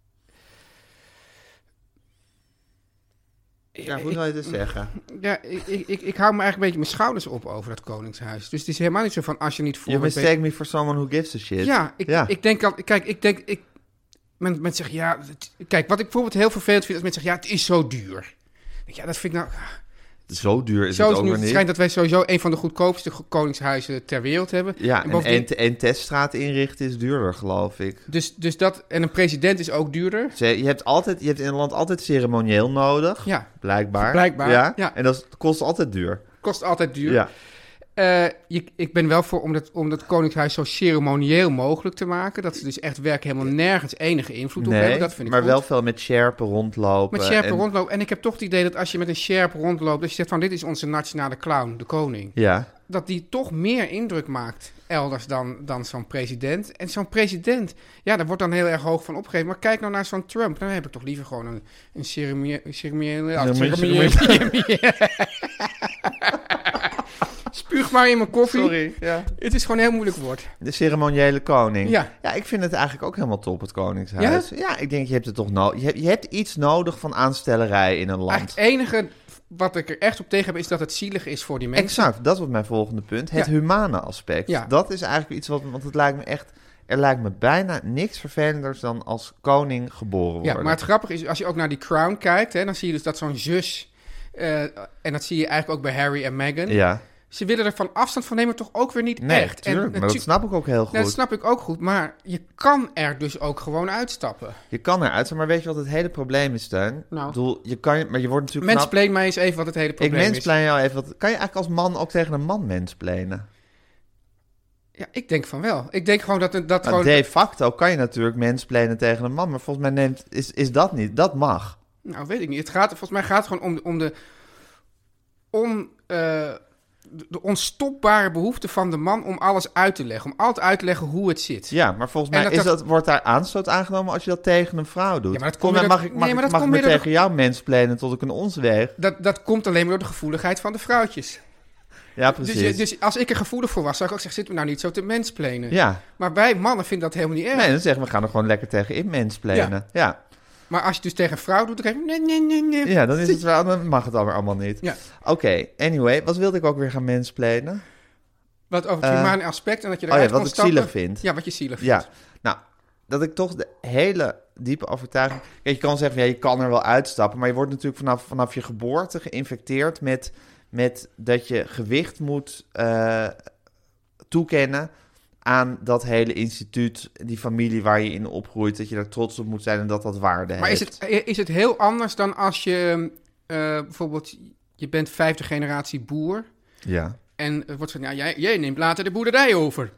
Ja, hoe zou je het zeggen? Ja, ik, ik, ik, ik hou me eigenlijk een beetje mijn schouders op over dat Koningshuis. Dus het is helemaal niet zo van als je niet voor You bent, ben mistake me for someone who gives a shit. Ja, ik, Ja. ik denk al... Kijk, ik denk... Ik, men, men zegt, ja... het- kijk, wat ik bijvoorbeeld heel vervelend vind... als mensen zeggen, ja, het is zo duur. Ja, dat vind ik nou... Zo duur is Zo het is ook nu, weer het niet. schijnt dat wij sowieso een van de goedkoopste ge- koningshuizen ter wereld hebben. Ja, En en bovendien- één, één teststraat inrichten is duurder, geloof ik. Dus, dus dat... En een president is ook duurder. Ze- Je hebt, altijd, je hebt in een land altijd ceremonieel nodig. Ja, Blijkbaar. Blijkbaar, Ja. ja. En dat is- kost altijd duur. kost altijd duur. Ja. Eh, je, ik ben wel voor om dat, om dat koningshuis zo ceremonieel mogelijk te maken. Dat ze dus echt werk helemaal nergens enige invloed op Nee, hebben. Dat vind ik maar goed. wel veel met sjerpen rondlopen. Met sjerpen en- rondlopen. En ik heb toch het idee dat als je met een sjerp rondloopt... dat je zegt van dit is onze nationale clown, de koning. Ja. Dat die toch meer indruk maakt elders dan, dan zo'n president. En zo'n president, ja, daar wordt dan heel erg hoog van opgegeven. Maar kijk nou naar zo'n Trump. Dan heb ik toch liever gewoon een, een ceremonie- ceremoniële... ja, Ceremonie- ceremoniële- Spuug maar in mijn koffie. Sorry. Ja. Het is gewoon een heel moeilijk woord. De ceremoniële koning. Ja. Ja, ik vind het eigenlijk ook helemaal top, het Koningshuis. Ja, ik denk, je hebt het toch nodig. Je hebt, je hebt iets nodig van aanstellerij in een land. Eigenlijk het enige wat ik er echt op tegen heb... is dat het zielig is voor die mensen. Exact, dat was mijn volgende punt. Het Ja. humane aspect. Ja. Dat is eigenlijk iets wat... Want het lijkt me echt... Er lijkt me bijna niks vervelenders dan als koning geboren worden. Ja, maar het grappige is, als je ook naar die Crown kijkt... Hè, dan zie je dus dat zo'n zus... eh, en dat zie je eigenlijk ook bij Harry en Meghan... Ja, Ze willen er van afstand van nemen, toch ook weer niet nee, echt. tuurlijk, maar natu- dat snap ik ook heel goed. Nee, dat snap ik ook goed, maar je kan er dus ook gewoon uitstappen. Je kan eruit zijn, maar weet je wat het hele probleem is, Teun? Nou. Ik bedoel, je kan, maar je wordt natuurlijk knap... Mensplain mij eens even wat het hele Ik probleem is. mensplein jou even. Wat, kan je eigenlijk als man ook tegen een man mensplenen? Ja, ik denk van wel. Ik denk gewoon dat het dat Nou, gewoon... de facto kan je natuurlijk mensplenen tegen een man, maar volgens mij neemt, is, is dat niet. Dat mag. Nou, weet ik niet. Het gaat, volgens mij gaat het gewoon om de, om de, on, eh, de, de onstopbare behoefte van de man om alles uit te leggen. Om altijd uit te leggen hoe het zit. Ja, maar volgens En mij dat is dat- dat, wordt daar aanstoot aangenomen als je dat tegen een vrouw doet. Ja, maar dat Kom, kom je dan er- mag ik, mag nee, ik, maar dat mag ik kom me je er- tegen jou mensplenen tot ik een ons weeg? Dat, dat komt alleen maar door de gevoeligheid van de vrouwtjes. Ja, Dus, precies. je- dus als ik er gevoelig voor was, zou ik ook zeggen, zitten we nou niet zo te mensplenen. Ja, Maar wij mannen vinden dat helemaal niet erg. nee, dan zeggen we, we gaan er gewoon lekker tegen in mensplenen. Ja. Ja. Maar als je het dus tegen een vrouw doet, dan krijg je... Nee, nee, nee, nee. ja, dan is het wel, dan mag het alweer allemaal niet. Ja. Oké, anyway, wat wilde ik ook weer gaan mensplenen? Wat over het Eh, humane aspect en dat je Oh ja, eruit wat kon ik stappen. zielig vind. Ja, wat je zielig vindt. Ja, nou, dat ik toch de hele diepe overtuiging... Kijk, je kan zeggen, ja, je kan er wel uitstappen... maar je wordt natuurlijk vanaf, vanaf je geboorte geïnfecteerd met, met dat je gewicht moet eh, toekennen aan dat hele instituut, die familie waar je in opgroeit... dat je daar trots op moet zijn en dat dat waarde Maar is heeft. het, is het heel anders dan als je eh, bijvoorbeeld... Je bent vijfde generatie boer... Ja. en het wordt gezegd, ja, jij, jij neemt later de boerderij over.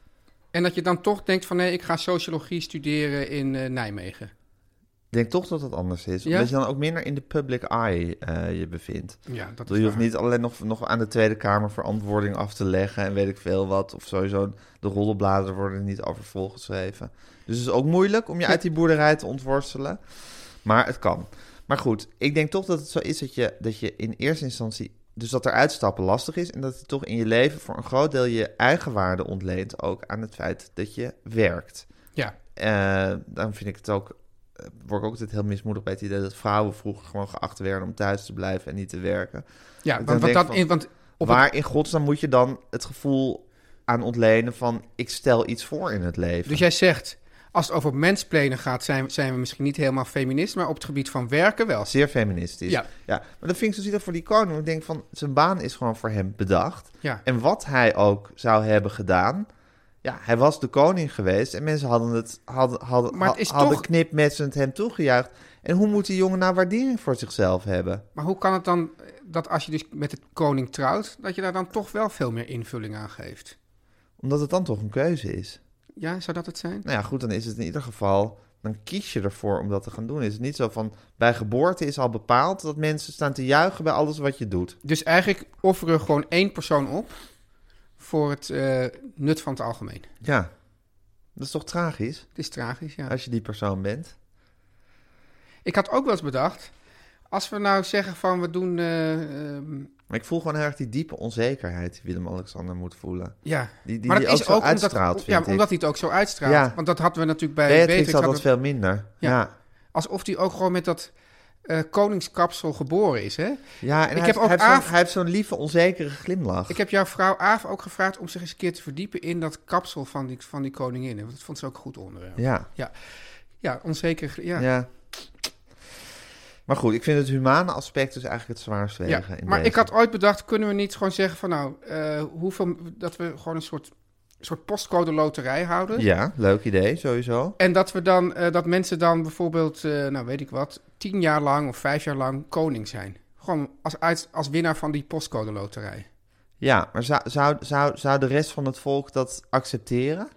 En dat je dan toch denkt van... nee, ik ga sociologie studeren in eh, Nijmegen. Ik denk toch dat het anders is. Ja? Omdat je dan ook minder in de public eye eh, je bevindt. Ja, dat Bedoel, is je hoeft waar. niet alleen nog, nog aan de Tweede Kamer verantwoording af te leggen en weet ik veel wat. Of sowieso de roddelbladen worden er niet over volgeschreven. Dus het is ook moeilijk om je uit die boerderij te ontworstelen. Maar het kan. Maar goed, ik denk toch dat het zo is dat je, dat je in eerste instantie... Dus dat er uitstappen lastig is en dat je toch in je leven voor een groot deel je eigen waarde ontleent. Ook aan het feit dat je werkt. Ja, Uh, dan vind ik het ook... Uh, word ik ook altijd heel mismoedig bij het idee dat vrouwen vroeger gewoon geacht werden om thuis te blijven en niet te werken. ja Ik want, denk want, dat, van, in, want op Waar het, in godsnaam moet je dan het gevoel aan ontlenen van ik stel iets voor in het leven? dus jij zegt, als het over mensplenen gaat... Zijn, zijn we misschien niet helemaal feminist... maar op het gebied van werken wel. Zeer feministisch. Ja. ja. Maar dat vind ik zo zielig voor die koning. Want ik denk van, zijn baan is gewoon voor hem bedacht. Ja. En wat hij ook zou hebben gedaan... Ja, hij was de koning geweest en mensen hadden het hadden, hadden, Maar het is hadden toch- knipmetsend hem toegejuicht. En hoe moet die jongen nou waardering voor zichzelf hebben? Maar hoe kan het dan dat als je dus met de koning trouwt... dat je daar dan toch wel veel meer invulling aan geeft? Omdat het dan toch een keuze is. Ja, zou dat het zijn? Nou ja, goed, dan is het in ieder geval... dan kies je ervoor om dat te gaan doen. Is het niet zo van, bij geboorte is al bepaald dat mensen staan te juichen bij alles wat je doet. Dus eigenlijk offeren we gewoon één persoon op voor het uh, nut van het algemeen. Ja, dat is toch tragisch? Het is tragisch, ja. Als je die persoon bent. Ik had ook wel eens bedacht, als we nou zeggen van we doen... Uh, um, Maar ik voel gewoon heel erg die diepe onzekerheid die Willem-Alexander moet voelen. Ja, Die, die, maar die dat ook is zo ook uitstraalt, omdat, vind ja, ik. omdat hij het ook zo uitstraalt. Ja. Want dat hadden we natuurlijk bij Beatrix Beatrix. had dat hadden- veel minder. Ja. Ja, Alsof hij ook gewoon met dat uh, koningskapsel geboren is, hè? ja en Ik hij, heb heeft, ook hij, heeft zo'n, Aaf- hij heeft zo'n lieve, onzekere glimlach. Ik heb jouw vrouw Aaf ook gevraagd om zich eens een keer te verdiepen in dat kapsel van die, van die koningin. Want dat vond ze ook een goed onderwerp. Ja, Ja, onzeker. Ja. ja. Maar goed, ik vind het humane aspect dus eigenlijk het zwaarst Ja, wegen. in maar deze. ik had ooit bedacht, kunnen we niet gewoon zeggen van nou, uh, hoeveel, dat we gewoon een soort, soort postcode loterij houden. Ja, leuk idee, sowieso. En dat we dan, uh, dat mensen dan bijvoorbeeld, uh, nou weet ik wat, tien jaar lang of vijf jaar lang koning zijn. Gewoon als, uit, als winnaar van die postcode loterij. Ja, maar zou, zou, zou, zou de rest van het volk dat accepteren?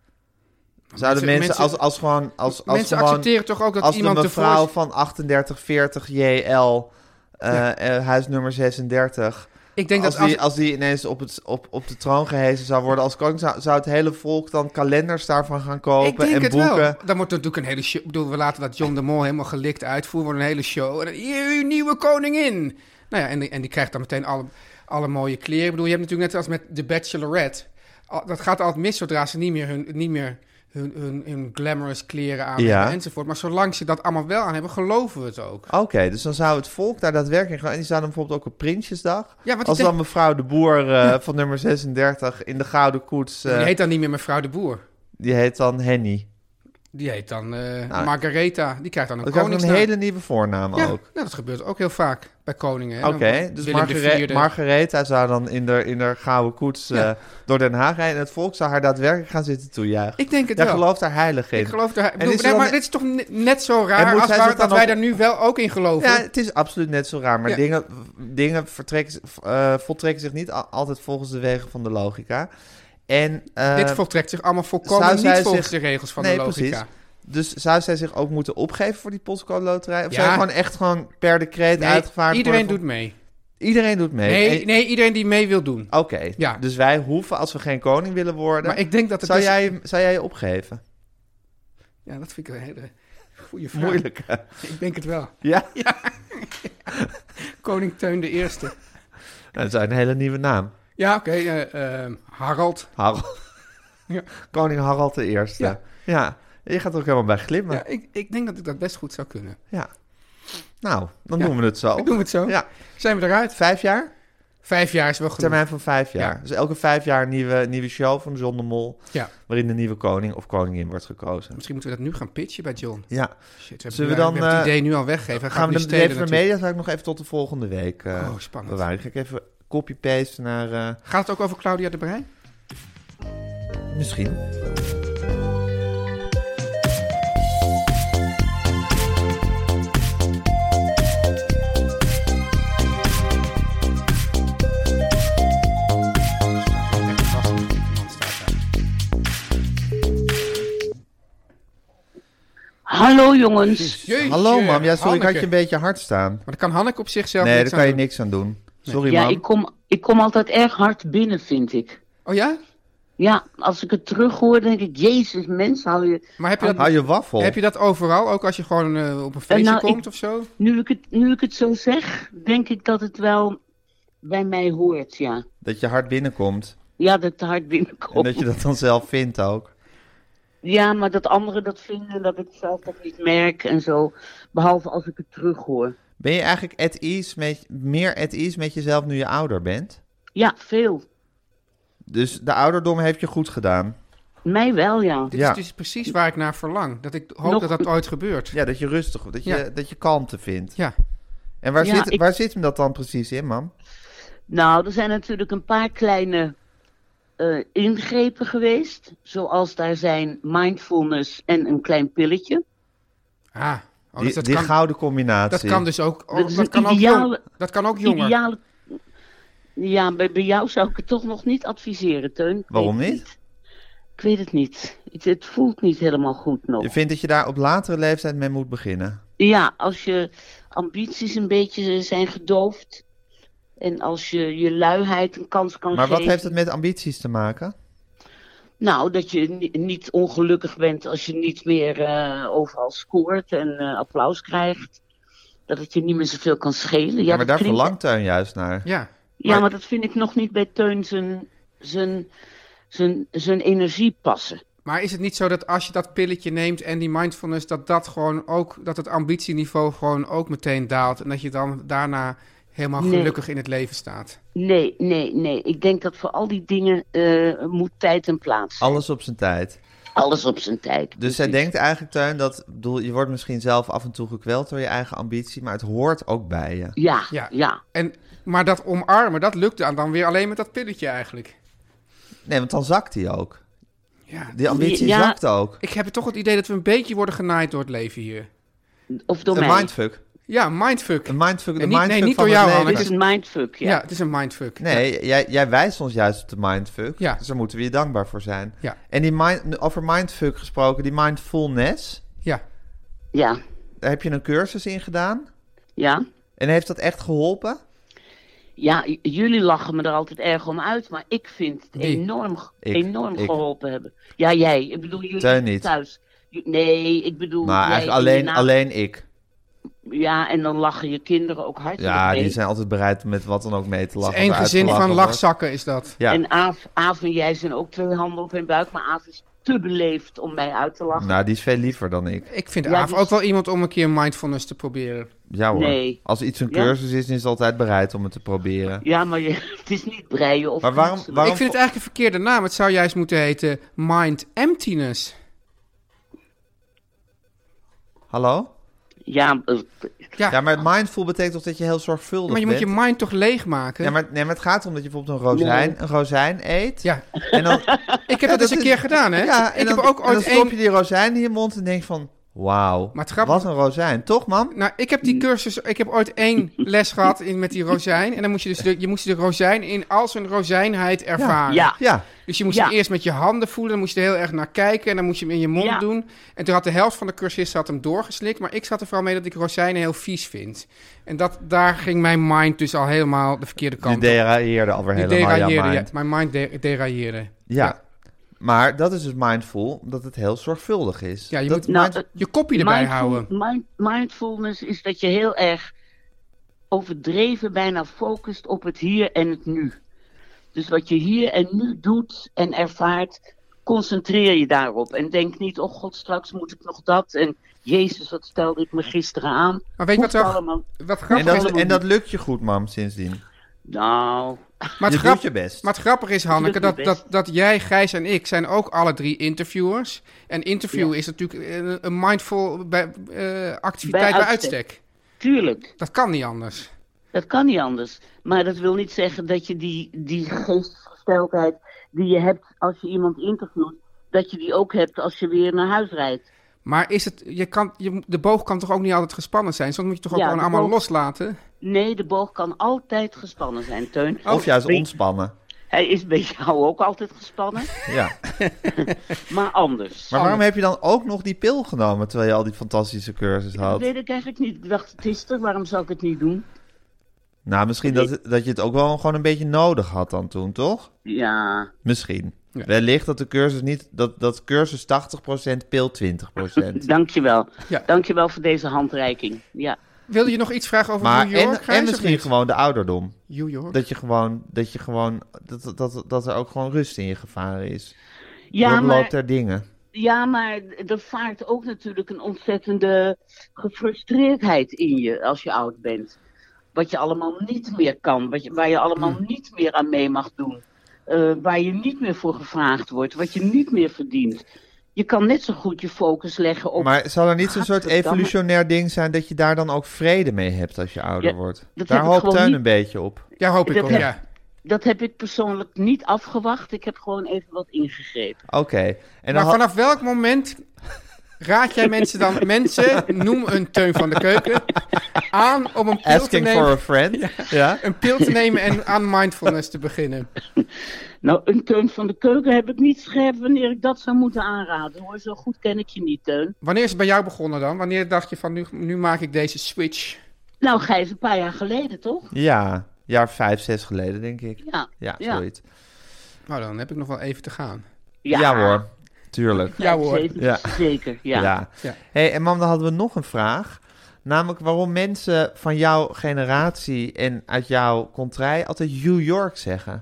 Zouden mensen, mensen- als, als gewoon... Als, als mensen gewoon, accepteren toch ook dat als iemand de ervoor... mevrouw van achtendertig veertig J L, uh, Ja. uh, huisnummer zesendertig... Ik denk als, dat als, die, als die ineens op, het, op, op de troon gehezen zou worden als koning... Zou, zou het hele volk dan kalenders daarvan gaan ik kopen denk en het boeken? wel. Dan wordt natuurlijk een hele show. Ik bedoel, we laten dat John de Mol helemaal gelikt uitvoeren. Wordt een hele show. En dan, hier, uw nieuwe koningin. Nou ja, en die, en die krijgt dan meteen alle, alle mooie kleren. Ik bedoel, je hebt natuurlijk net als met The Bachelorette. Al- Dat gaat altijd mis zodra ze niet meer hun, niet meer hun, hun, hun glamorous kleren aan Ja. hebben enzovoort. Maar zolang ze dat allemaal wel aan hebben, geloven we het ook. Oké, dus dan zou het volk daar daadwerkelijk... En die zou dan bijvoorbeeld ook op Prinsjesdag... Ja, want Als die, dan mevrouw de Boer uh, van nummer zesendertig in de gouden koets... Uh, die heet dan niet meer mevrouw de Boer. die heet dan Henny. Die heet dan uh, Nou, Margaretha. Die krijgt dan een Dat is ook een koningsnaam. hele nieuwe voornaam Ja, ook. nou, dat gebeurt ook heel vaak bij koningen. hè. Oké, Dan- dus Willem de Margare- Vierde. Margaretha zou dan in de, in de gouden koets uh, Ja. door Den Haag rijden... en het volk zou haar daadwerkelijk gaan zitten toejuichen. Ik denk het Jij wel. gelooft daar heilig in. Ik geloof er. Ik bedoel, is er nee, dan- maar dit is toch ne- net zo En raar moet als zij waar, zich dan dat wij ook- daar nu wel ook in geloven. Ja, het is absoluut net zo raar. Maar Ja. dingen, dingen vertrekken, uh, voltrekken zich niet a- altijd volgens de wegen van de logica. En, uh, Dit voltrekt zich allemaal volkomen zou zij niet volgens zich- de regels van nee, de logica. precies. Dus zou zij zich ook moeten opgeven voor die postcode loterij? Of Ja. zou je gewoon echt gewoon per decreet Nee, uitgevaardigd iedereen worden doet mee. van- Iedereen doet mee? Nee, En- nee, iedereen die mee wil doen. Oké, Ja. dus wij hoeven, als we geen koning willen worden... Maar ik denk dat het zou, dus- jij, zou jij je opgeven? Ja, dat vind ik een hele goede vraag. Moeilijk, hè? Ik denk het wel. Ja? Koning Teun de Eerste. Nou, dat is een hele nieuwe naam. Ja, oké. eh, eh, Harald. Harald. Ja. Koning Harald de Eerste. Ja. Ja. Je gaat er ook helemaal bij glimmen. Ja, ik, ik denk dat ik dat best goed zou kunnen. Ja. Nou, dan Ja. doen we het zo. Ik doe het zo. Ja. Zijn we eruit? Vijf jaar? Vijf jaar is wel genoeg. Termijn van vijf jaar. Ja. Dus elke vijf jaar een nieuwe, nieuwe show van John de Mol... Ja. waarin de nieuwe koning of koningin wordt gekozen. Misschien moeten we dat nu gaan pitchen bij John. Ja. Shit, we Zullen hebben, we dan, we hebben het eh, idee nu al weggeven. Gaan we de stelen Leven Media zou ik nog even tot de volgende week uh, Oh, spannend. bewaren. Ga ik even copy-paste naar... Uh, Gaat het ook over Claudia de Brij? misschien. Hallo jongens. Jeetje, Hallo mam, ja, sorry, ik had Hanneke. je een beetje hard staan. Maar daar kan Hanneke op zichzelf Nee, niks daar kan je aan doen. niks aan doen. Sorry Ja, mam. ik kom, ik kom altijd erg hard binnen, vind ik. Oh ja? Ja, als ik het terughoor, denk ik, jezus, mens, hou je... Maar heb je dat, Hou je waffel. heb je dat overal? Ook als je gewoon eh, op een feestje nou, komt ik- of zo? Nu ik, het, nu ik het zo zeg, denk ik dat het wel bij mij hoort, ja. Dat je hard binnenkomt. Ja, dat het hard En binnenkomt. dat je dat dan zelf vindt ook. Ja, maar dat anderen dat vinden, dat ik het zelf dat niet merk en zo. Behalve als ik het terughoor. Ben je eigenlijk at ease met, meer at ease met jezelf nu je ouder bent? Ja, veel. Dus de ouderdom heeft je goed gedaan. Mij wel, ja. Dit Ja. is dus precies waar ik naar verlang. Dat ik hoop Nog- dat dat ooit gebeurt. Ja, dat je rustig, dat je, Ja. dat je kalmte vindt. Ja. En waar, Ja, zit, ik- waar zit hem dat dan precies in, mam? Nou, er zijn natuurlijk een paar kleine eh, ingrepen geweest. Zoals daar zijn mindfulness en een klein pilletje. Ah, oh, die dus dat, die kan, gouden combinatie. dat kan dus ook, oh, Dat is dat een kan ook, ideale- jong, dat kan ook jonger. Ideale... Ja, bij, bij jou zou ik het toch nog niet adviseren, Teun. Ik Waarom weet het niet? Ik weet het niet. Het, het voelt niet helemaal goed nog. Je vindt dat je daar op latere leeftijd mee moet beginnen? Ja, als je ambities een beetje zijn gedoofd. En als je je luiheid een kans kan Maar geven. wat heeft het met ambities te maken? Nou, dat je ni- niet ongelukkig bent als je niet meer eh, overal scoort en eh, applaus krijgt. Dat het je niet meer zoveel kan schelen. Ja, Ja, maar dat daar klinkt- verlangt Teun juist naar. Ja. Ja, maar- maar dat vind ik nog niet bij Teun zijn, zijn, zijn, zijn energie passen. Maar is het niet zo dat als je dat pilletje neemt en die mindfulness, dat dat gewoon ook, dat het ambitieniveau gewoon ook meteen daalt en dat je dan daarna helemaal Nee. gelukkig in het leven staat? Nee, nee, nee. Ik denk dat voor al die dingen eh, moet tijd en plaats zijn. Alles op zijn tijd. Alles op zijn tijd. Dus zij precies. denkt eigenlijk, Teun, dat bedoel, je wordt misschien zelf af en toe gekweld door je eigen ambitie, maar het hoort ook bij je. Ja, Ja. ja, ja. En, maar dat omarmen, dat lukt dan, dan weer alleen met dat pilletje eigenlijk. Nee, want dan zakt die ook. Ja. Die ambitie Ja. zakt ook. Ik heb toch het idee dat we een beetje worden genaaid door het leven hier. Of door Een mij. mindfuck. Ja, mindfuck. Een mindfuck, de En niet- nee, mindfuck niet van door het jou, leven. Hanneke. Het is een mindfuck, ja. Ja, het is een mindfuck. Nee, jij, jij wijst ons juist op de mindfuck. Ja. Dus daar moeten we je dankbaar voor zijn. Ja. En die mind, over mindfuck gesproken, die mindfulness, Ja. Ja, daar heb je een cursus in gedaan. ja. En heeft dat echt geholpen? Ja, j- jullie lachen me er altijd erg om uit, maar ik vind het Wie? enorm, Ik. enorm Ik. geholpen hebben. Ja, jij. Ik bedoel, jullie Teun niet. thuis. J- Nee, ik bedoel... Nou, jij eigenlijk en je alleen, na- alleen ik. Ja, en dan lachen je kinderen ook hartstikke Ja, mee. die zijn altijd bereid om met wat dan ook mee te lachen. Eén of gezin uitgelachen van wordt. lachzakken is dat. Ja, En Aaf, Aaf en jij zijn ook twee handen op hun buik, maar Aaf is te beleefd om mij uit te lachen. nou, die is veel liever dan ik. Ik vind Ja, Aaf dus- ook wel iemand om een keer mindfulness te proberen. Ja hoor. Nee. Als iets een Ja? cursus is, dan is het altijd bereid om het te proberen. Ja, maar je, het is niet breien of Maar waarom- knutselen. waarom- Ik vind het eigenlijk een verkeerde naam. Het zou juist moeten heten mind emptiness. Hallo? Ja, eh, Ja, Ja, maar het mindful betekent toch dat je heel zorgvuldig maar je moet bent? je mind toch leegmaken? Ja, maar, nee, maar het gaat erom dat je bijvoorbeeld een rozijn, Nee. een rozijn eet. Ja, En dan, ik heb dat dat eens een is- keer gedaan, hè? ja, en ik dan, heb ook en dan ooit stop één... je die rozijn in je mond en denk van... Wauw, Maar het grappige- wat een rozijn. Toch, mam? Nou, ik heb die cursus... Ik heb ooit één les gehad in, met die rozijn. En dan moest je dus de, je moest de rozijn in al zijn rozijnheid ervaren. ja. Ja, Dus je moest Ja. hem eerst met je handen voelen. Dan moest je er heel erg naar kijken. En dan moest je hem in je mond Ja. doen. En toen had de helft van de cursisten had hem doorgeslikt. Maar ik zat er vooral mee dat ik rozijnen heel vies vind. En dat, daar ging mijn mind dus al helemaal de verkeerde je kant op. derailleerde alweer Die helemaal jouw derailleerde, ja. mind. Mijn mind de- derailleerde. Ja. Maar dat is dus mindful, dat het heel zorgvuldig is. Ja, je dat moet Nou, mind- eh, je kopje erbij mindful- houden. mind- mindfulness is dat je heel erg overdreven bijna focust op het hier en het nu. Dus wat je hier en nu doet en ervaart, concentreer je daarop. En denk niet, oh god, straks moet ik nog dat. En Jezus, wat stelde ik me gisteren aan. Maar weet je wat, Hoeft toch, allemaal- wat en, grappig is? dat, en dat lukt je goed, mam, sindsdien. Nou, Maar je het, grap- doet je best. maar het grappige is, Hanneke, doe dat, mijn best. dat, dat jij, Gijs en ik zijn ook alle drie interviewers. En interview Ja. is natuurlijk een, een mindful bij, eh, activiteit Bij bij uitstek. uitstek. tuurlijk. Dat kan niet anders. Dat kan niet anders. Maar dat wil niet zeggen dat je die, die geestesgesteldheid die je hebt als je iemand interviewt, dat je die ook hebt als je weer naar huis rijdt. Maar is het, je kan, je, de boog kan toch ook niet altijd gespannen zijn? Soms moet je toch ook Ja, gewoon de allemaal boog- loslaten? Nee, de boog kan altijd gespannen zijn, Teun. Of juist Bij- ontspannen. Hij is bij jou ook altijd gespannen, Ja. maar anders. Maar waarom heb je dan ook nog die pil genomen, terwijl je al die fantastische cursus Dat had? weet ik eigenlijk niet. Ik dacht, het is er, waarom zou ik het niet doen? Nou, misschien dat, dat je het ook wel gewoon een beetje nodig had dan toen, toch? Ja, Misschien. Ja. Wellicht dat de cursus niet, dat, dat cursus tachtig procent, pil twintig procent. dankjewel. Ja. Dankjewel voor deze handreiking. Ja. Wilde je nog iets vragen over Maar New York, en, Gijs, en of misschien niet? gewoon de ouderdom. New York? Dat je gewoon, dat je gewoon, dat, dat, dat er ook gewoon rust in je gevaren is. Ja, Door de loop maar, der dingen. ja, maar er vaart ook natuurlijk een ontzettende gefrustreerdheid in je als je oud bent. Wat je allemaal niet meer kan, wat je, waar je allemaal Hmm. niet meer aan mee mag doen. Eh, waar je niet meer voor gevraagd wordt, wat je niet meer verdient. Je kan net zo goed je focus leggen op... Maar zal er niet zo'n soort Gadverdamme. evolutionair ding zijn dat je daar dan ook vrede mee hebt als je ouder Ja, wordt? dat Daar heb ik hoopt gewoon Teun niet. een beetje op. Ja, hoop ik Dat ook, heb- ja. Dat heb ik persoonlijk niet afgewacht. Ik heb gewoon even wat ingegrepen. Oké. En dan Maar ha- vanaf welk moment Raad jij mensen dan... Mensen, noem een Teun van de Keuken... aan om een pil te Asking nemen... for a friend. Ja. ja. Een pil te nemen en aan mindfulness te beginnen. Nou, een Teun van de Keuken heb ik niet scherp wanneer ik dat zou moeten aanraden. Hoor, zo goed ken ik je niet, Teun. Wanneer is het bij jou begonnen dan? Wanneer dacht je van, nu, nu maak ik deze switch? Nou, Gijs, een paar jaar geleden, toch? Ja, jaar vijf, zes geleden, denk ik. Ja. Ja, Ja. zoiets. Nou, dan heb ik nog wel even te gaan. Ja, hoor, tuurlijk. Ja hoor. Zeker, Ja. zeker ja. Ja. Ja. Hey, en mam, dan hadden we nog een vraag. Namelijk waarom mensen van jouw generatie en uit jouw contrij altijd New York zeggen.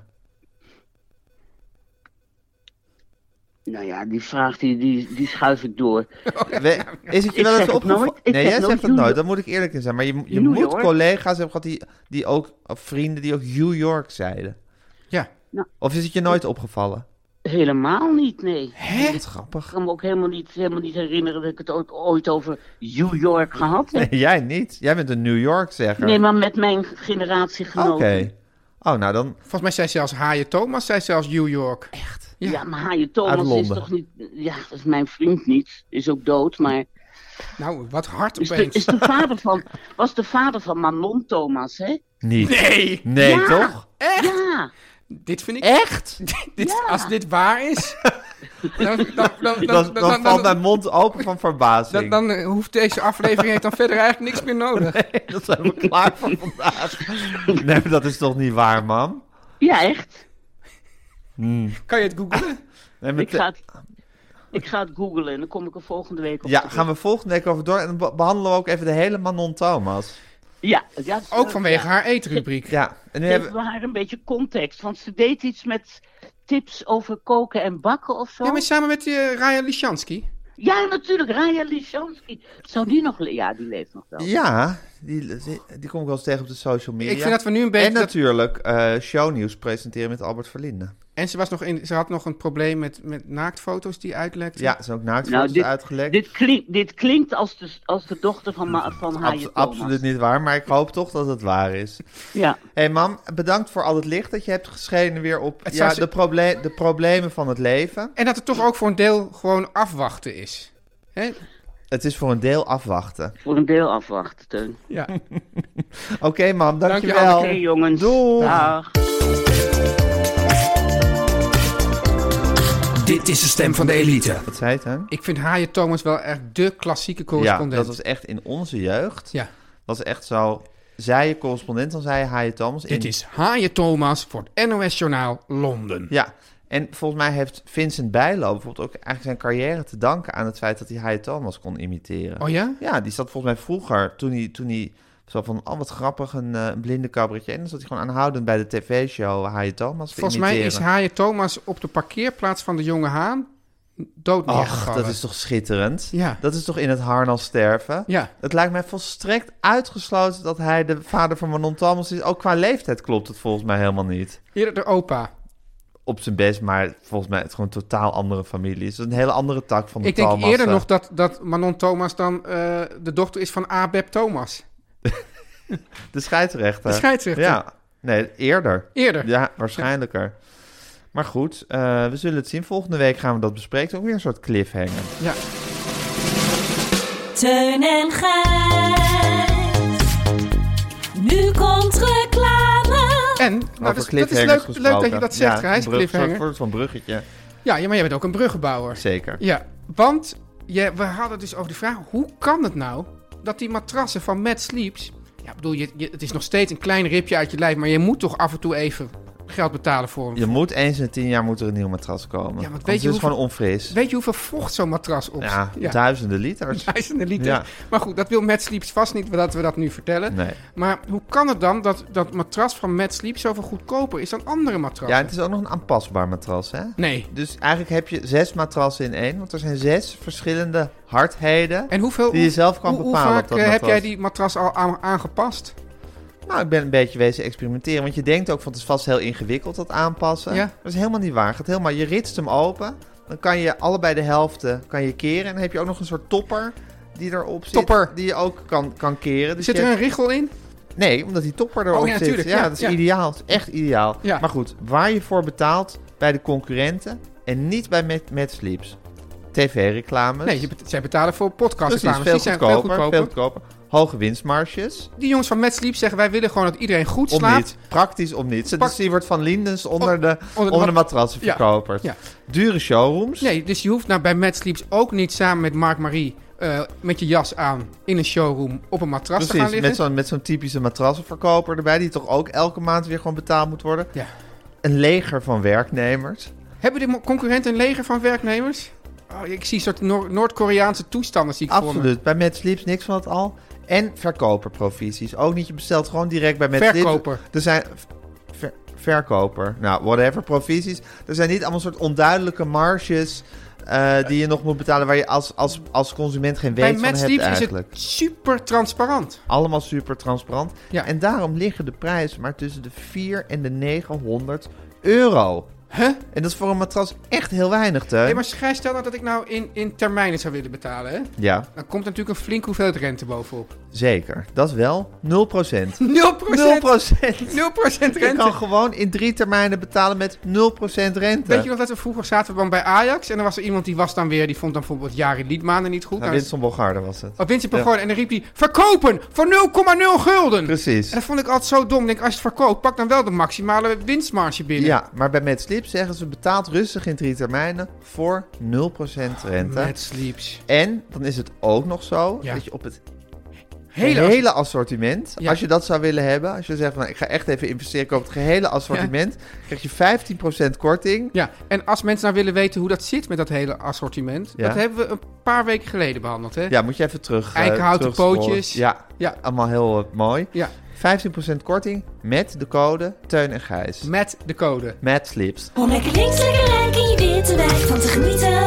Nou ja, die vraag die, die, die schuif ik door. We- is het je Ik wel eens zeg het opgevallen? nooit. Ik Nee, zeg jij nooit zegt het New nooit. York. Daar moet ik eerlijk in zijn. Maar je, je New moet York. collega's hebben gehad die, die ook, of vrienden die ook New York zeiden. Ja. Of is het je nooit opgevallen? Helemaal niet, nee. Hè? Wat Ik grappig. kan me ook helemaal niet, helemaal niet herinneren dat ik het ooit, ooit over New York gehad heb. Nee, jij niet. Jij bent een New York zegger. Nee, maar met mijn generatiegenoten. Oké. Oh, nou dan... Volgens mij zei zelfs Haaien Thomas, zei zelfs New York. Echt? Ja. Ja, maar Haaien Uit Thomas is Londen. toch niet... Ja, dat is mijn vriend niet. Is ook dood, maar... Nou, wat hard Is de, opeens. is de vader van, was de vader van Manon Thomas, hè? Niet. Nee, Nee, Ja. toch? Ja. dit vind ik... Echt? Dit, Ja. Als dit waar is... dan, dan, dan, dan, Dan, dan, valt mijn mond open van verbazing. dan, dan, eh, hoeft deze aflevering heeft dan verder eigenlijk niks meer nodig. Dan zijn we klaar voor vandaag. Nee, maar dat is toch niet waar, mam? Ja, echt. Kan je het googlen? Nee, maar Ik te- ga, het, ik ga het googlen en dan kom ik er volgende week op. Ja, terug. gaan we volgende week over door. En dan be- behandelen we ook even de hele Manon Thomas. Ja, ja, Ook vanwege ja. haar eetrubriek. Ja, en nu Geven hebben we haar een beetje context, want ze deed iets met tips over koken en bakken of zo. Ja, maar samen met uh, Raya Lishansky. Ja, natuurlijk, Raya Lishansky. Zou die nog... le- Ja, die leeft nog wel. Ja, die, die, die kom ik wel eens tegen op de social media. Ik vind dat we nu een beetje... En dat- natuurlijk eh, shownieuws presenteren met Albert Verlinde. En ze, was nog in, ze had nog een probleem met, met naaktfoto's die uitlekten. Ja, er zijn ook naaktfoto's Nou, dit, uitgelekt. dit, klinkt, dit klinkt als de, als de dochter van, Ma, van Haaien Abs- Thomas. absoluut niet waar, maar ik hoop toch dat het waar is. Ja. Hé hey mam, bedankt voor al het licht dat je hebt geschenen weer op Het ja, zou- de, proble- de problemen van het leven. En dat het toch ook voor een deel gewoon afwachten is. Hè? Het is voor een deel afwachten. Voor een deel afwachten, Teun. Ja. Oké mam, dankjewel. Dankjewel. Oké, jongens. Doeg. Dag. Dit is de stem van de elite. Wat zei het, hè? Ik vind Haaien Thomas wel echt de klassieke Ja, correspondent. dat was echt in onze jeugd. Ja. Dat was echt zo. Zei je correspondent, dan zei je Haaien Thomas. Dit In- is Haaien Thomas voor het N O S-journaal Londen. Ja, en volgens mij heeft Vincent Bijlo bijvoorbeeld ook eigenlijk zijn carrière te danken aan het feit dat hij Haaien Thomas kon imiteren. Oh ja? Ja, die zat volgens mij vroeger, toen hij, toen hij zo van, oh wat grappig, een, eh, een blinde cabaretier. En dan zat hij gewoon aanhoudend bij de tv-show Haaien Thomas te Volgens mij is imiteren. Haaien Thomas op de parkeerplaats van de Jonge Haan dood Och, neergevallen. dat is toch schitterend? Ja. Dat is toch in het harnas sterven? Ja. Het lijkt mij volstrekt uitgesloten dat hij de vader van Manon Thomas is. Ook qua leeftijd klopt het volgens mij helemaal niet. Eerder de opa. Op zijn best, maar volgens mij het gewoon een totaal andere familie. Het is een hele andere tak van de Ik denk Thomassen. eerder nog dat, dat Manon Thomas dan eh, de dochter is van Abeb Thomas. De scheidsrechter. De scheidsrechter. Ja, nee, eerder. Eerder. Ja, waarschijnlijker. Maar goed, eh, we zullen het zien. Volgende week gaan we dat bespreken. Ook weer een soort cliffhanger. Ja. Teun en Gijs. Nu komt reclame. En, nou, Over dat, is, dat is cliffhangers leuk, gesproken. leuk dat je dat zegt, ja, Gijs, een brug, cliffhanger. Een soort van bruggetje. Ja, ja, maar jij bent ook een bruggenbouwer. Zeker. Ja, want je, we hadden dus over de vraag, hoe kan het nou dat die matrassen van Mad Sleeps... Ja, ik bedoel, je, je, het is nog steeds een klein ripje uit je lijf, maar je moet toch af en toe even geld betalen voor hem. Je moet eens in de tien jaar moet er een nieuw matras komen. Ja, want weet Anders je is het hoeveel- gewoon onfris. Weet je hoeveel vocht zo'n matras op? Ja, duizenden liters. Duizenden liter. Ja. Maar goed, dat wil Mad Sleeps vast niet, dat we dat nu vertellen. Nee. Maar hoe kan het dan dat dat matras van Mad Sleep zoveel goedkoper is dan andere matrassen? Ja, het is ook nog een aanpasbaar matras, hè? Nee. Dus eigenlijk heb je zes matrassen in één. Want er zijn zes verschillende hardheden En hoeveel, die je zelf kan hoe, bepalen hoe vaak op dat eh, heb matras. jij die matras al aan- aangepast? Nou, ik ben een beetje wezen experimenteren. Want je denkt ook van het is vast heel ingewikkeld dat aanpassen. Ja. Dat is helemaal niet waar. Het gaat helemaal, je ritst hem open. Dan kan je allebei de helften kan je keren. En dan heb je ook nog een soort topper die erop zit. Topper. Die je ook kan, kan keren. Dus Zit je er hebt- een richel in? Nee, omdat die topper erop Oh, ja, zit. natuurlijk. Ja, Ja, dat is ja. ideaal. Het is echt ideaal. Ja. Maar goed, waar je voor betaalt bij de concurrenten en niet bij Mad, Mad Sleeps. tv-reclames. Nee, je bet- zij betalen voor Precies, podcastreclames. veel Die zijn veel goedkoper, goedkoper. veel goedkoper. Hoge winstmarges. Die jongens van Mad Sleep zeggen, wij willen gewoon dat iedereen goed Om slaapt. niet. Praktisch om niet. Pak- Dus die wordt van Lindens onder de, onder onder de de mat- matrassen Ja. verkoperd. Ja. Dure showrooms. Nee, dus je hoeft nou bij Mad Sleeps ook niet samen met Mark Marie uh, met je jas aan in een showroom op een matras te gaan Precies, liggen. met zo'n, met zo'n typische matrassenverkoper erbij, die toch ook elke maand weer gewoon betaald moet worden. Ja. Een leger van werknemers. Hebben de mo- concurrenten een leger van werknemers? Oh, ik zie een soort Noor- Noord-Koreaanse toestanden zie ik voor me. Absoluut. Bij Mad Sleeps niks van het al. En verkoperprovisies. Ook niet, je bestelt gewoon direct bij Mad Sleeps. Verkoper. Er zijn... ver- verkoper. Nou, whatever. Provisies. Er zijn niet allemaal soort onduidelijke marges uh, die je nog moet betalen, waar je als, als, als consument geen Bij weet van Mad hebt Sleeps is eigenlijk. het super transparant. Allemaal super transparant. Ja. En daarom liggen de prijzen maar tussen de vier en de negenhonderd euro. Huh? En dat is voor een matras echt heel weinig, Teun. Nee, maar Gijs, stel nou dat ik nou in, in termijnen zou willen betalen, hè? Ja, Dan komt er natuurlijk een flink hoeveelheid rente bovenop. zeker. Dat is wel nul procent. nul nul procent. procent. nul procent Je rente. kan gewoon in drie termijnen betalen met nul procent rente. Weet je nog dat we vroeger zaten we dan bij Ajax en er was er iemand die was dan weer, die vond dan bijvoorbeeld Jari Liedmanen niet goed. Nou, Nou, Winston Bogarde was het. Oh, Vincent Ja. Pagode. En dan riep hij, verkopen voor nul komma nul gulden. Precies. En dat vond ik altijd zo dom. Ik denk, als je het verkoopt, pak dan wel de maximale winstmarge binnen. Ja, maar bij Mad Sleep zeggen ze betaalt rustig in drie termijnen voor nul procent rente. Mad Sleeps. En dan is het ook nog zo Ja. dat je op het Hele, hele, assortiment, Ja. als je dat zou willen hebben, als je zegt van ik ga echt even investeren, ik koop het gehele assortiment, krijg je vijftien procent korting. Ja, en als mensen nou willen weten hoe dat zit met dat hele assortiment, Ja. dat hebben we een paar weken geleden behandeld, hè? Ja, moet je even terug. uh, Eikenhouten terugscrollen. pootjes. Ja, Ja. allemaal heel uh, mooi. Ja, vijftien procent korting met de code Teun en Gijs. met de code. Mad Sleeps. Om lekker links, lekker rijk in je witte wijk van te genieten.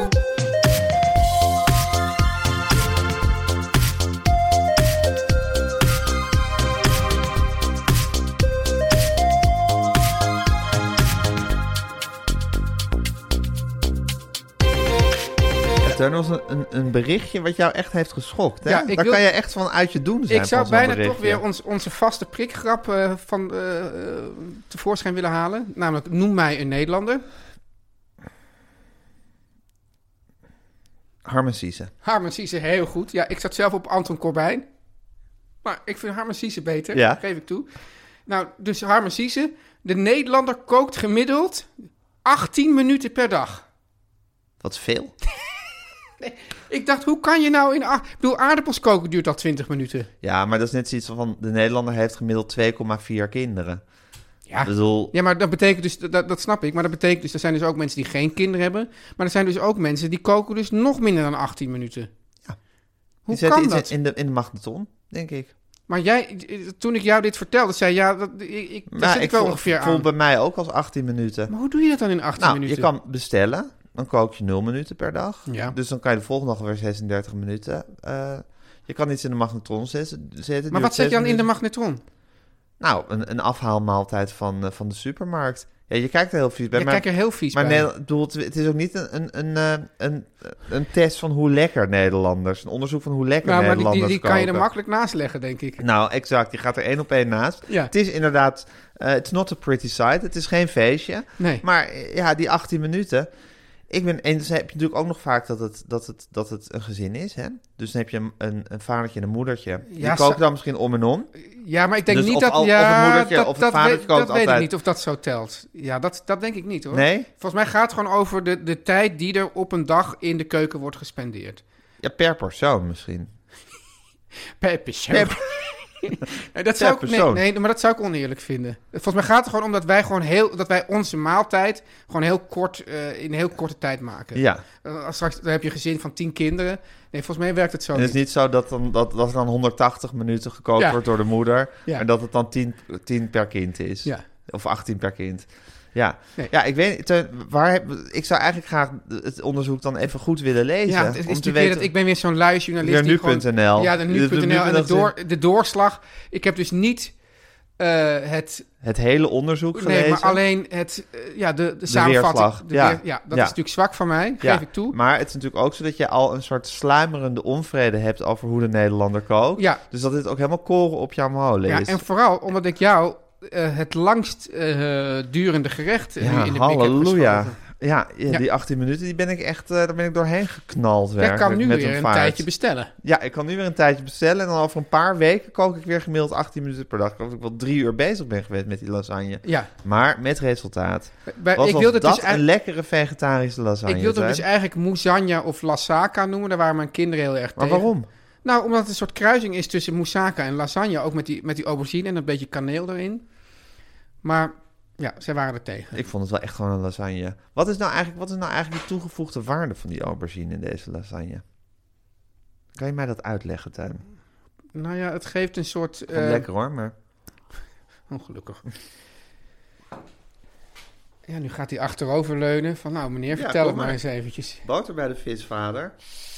Er was een, een, een berichtje wat jou echt heeft geschokt. Hè? Ja, ik Daar wil- kan je echt van uit je doen zijn. Ik zou van zo'n bijna toch berichtje. weer ons, onze vaste prikgrap eh, van, eh, eh, tevoorschijn willen halen. Namelijk, noem mij een Nederlander. Harmen Cisse. Harmen Cisse, heel goed. Ja, ik zat zelf op Anton Corbijn. Maar ik vind Harmen Cisse beter, Ja. geef ik toe. Nou, dus Harmen Cisse. De Nederlander kookt gemiddeld achttien minuten per dag. Wat veel. Ik dacht, hoe kan je nou in... ach- Ik bedoel, aardappels koken duurt al twintig minuten. Ja, maar dat is net zoiets van... De Nederlander heeft gemiddeld twee komma vier kinderen. Ja. Ik bedoel... Ja, maar dat betekent dus... Dat, dat snap ik. Maar dat betekent dus... Er zijn dus ook mensen die geen kinderen hebben. Maar er zijn dus ook mensen die koken dus nog minder dan achttien minuten. Ja. Hoe die zetten kan iets dat? in de, in de magnetron, denk ik. Maar jij... Toen ik jou dit vertelde, zei ja... Dat, ik, ik, daar Nou, zit ik wel voel, ongeveer voel aan. bij mij ook als achttien minuten. Maar hoe doe je dat dan in achttien Nou, minuten? je kan bestellen. Dan kook je nul minuten per dag. Ja. Dus dan kan je de volgende dag weer zesendertig minuten. Uh, je kan iets in de magnetron zetten. zetten Maar wat zet je dan in de magnetron? Nou, een, een afhaalmaaltijd van, uh, van de supermarkt. Ja, je kijkt er heel vies bij. Je maar, kijkt er heel vies maar bij. nee, bedoel, het, het is ook niet een, een, een, uh, een, een test van hoe lekker Nederlanders. Een onderzoek van hoe lekker Nou, maar die, Nederlanders die, die kan je er koken. makkelijk naast leggen, denk ik. Nou, exact. Je gaat er één op één naast. Ja. Het is inderdaad... Uh, it's not a pretty sight. Het is geen feestje. Nee. Maar ja, die achttien minuten... Ik ben, en dus heb je natuurlijk ook nog vaak dat het, dat het, dat het een gezin is. Hè? Dus dan heb je een, een, een vadertje en een moedertje. Die Ja, koken zo- dan misschien om en om. Ja, maar ik denk Dus niet of dat... al- of ja, het moedertje dat, of het dat vadertje weet, kookt dat weet ik altijd. niet of dat zo telt. Ja, dat, dat denk ik niet, hoor. Nee? Volgens mij gaat het gewoon over de, de tijd die er op een dag in de keuken wordt gespendeerd. Ja, per persoon misschien. Per persoon. Per- Nee, dat zou per ik, nee, persoon. nee, maar dat zou ik oneerlijk vinden. Volgens mij gaat het gewoon om dat wij gewoon heel, dat wij onze maaltijd gewoon heel kort, uh, in een heel korte tijd maken. Ja. Uh, als straks dan heb je een gezin van tien kinderen. Nee, volgens mij werkt het zo En het is niet. niet zo dat, dan, dat, dat er dan honderdtachtig minuten gekookt Ja. wordt door de moeder. Ja. En dat het dan tien, tien per kind is. Ja. Of achttien per kind. Ja, Nee. ja ik weet niet. Teun, Waar heb, ik zou eigenlijk graag het onderzoek dan even goed willen lezen. Ja, het is om te natuurlijk weer weten. dat ik ben weer zo'n lui journalist. Weer die gewoon- nu.nl. Ja, de nu punt n l en de, door, de doorslag. Ik heb dus niet uh, het... Het hele onderzoek gelezen. Nee, maar alleen het, uh, ja, de, de, samenvatting. weerslag. De Ja. weer- ja, dat Ja. is natuurlijk zwak van mij, Ja, geef ik toe. Maar het is natuurlijk ook zo dat je al een soort sluimerende onvrede hebt over hoe de Nederlander kookt. Ja. Dus dat dit ook helemaal koren op jouw molen Ja, is. en vooral omdat ik jou uh, het langst uh, durende gerecht uh, Ja, nu in de blik heb halleluja. geschoten. Ja, ja, Ja. die achttien minuten, die ben ik echt, uh, daar ben ik doorheen geknald. Jij werkelijk, kan nu met weer een vaart. tijdje bestellen. Ja, ik kan nu weer een tijdje bestellen. En dan over een paar weken kook ik weer gemiddeld achttien minuten per dag. Ik geloof dat ik wel drie uur bezig ben geweest met die lasagne. Ja. Maar met resultaat. Bij, Wat ik was wilde dat dus een eigenlijk- lekkere vegetarische lasagne. Ik wilde hem Teun. dus eigenlijk moussaka of lasaka noemen. Daar waren mijn kinderen heel erg Maar tegen. waarom? Nou, omdat het een soort kruising is tussen moussaka en lasagne. Ook met die, met die aubergine en een beetje kaneel erin. Maar ja, zij waren er tegen. Ik vond het wel echt gewoon een lasagne. Wat is nou eigenlijk, wat is nou eigenlijk de toegevoegde waarde van die aubergine in deze lasagne? Kan je mij dat uitleggen, Teun? Nou ja, het geeft een soort... Ik vond het eh, lekker hoor, maar... Ongelukkig. Ja, nu gaat hij achteroverleunen. Van nou meneer, Ja, vertel kom het maar maar. eens eventjes. Boter bij de visvader.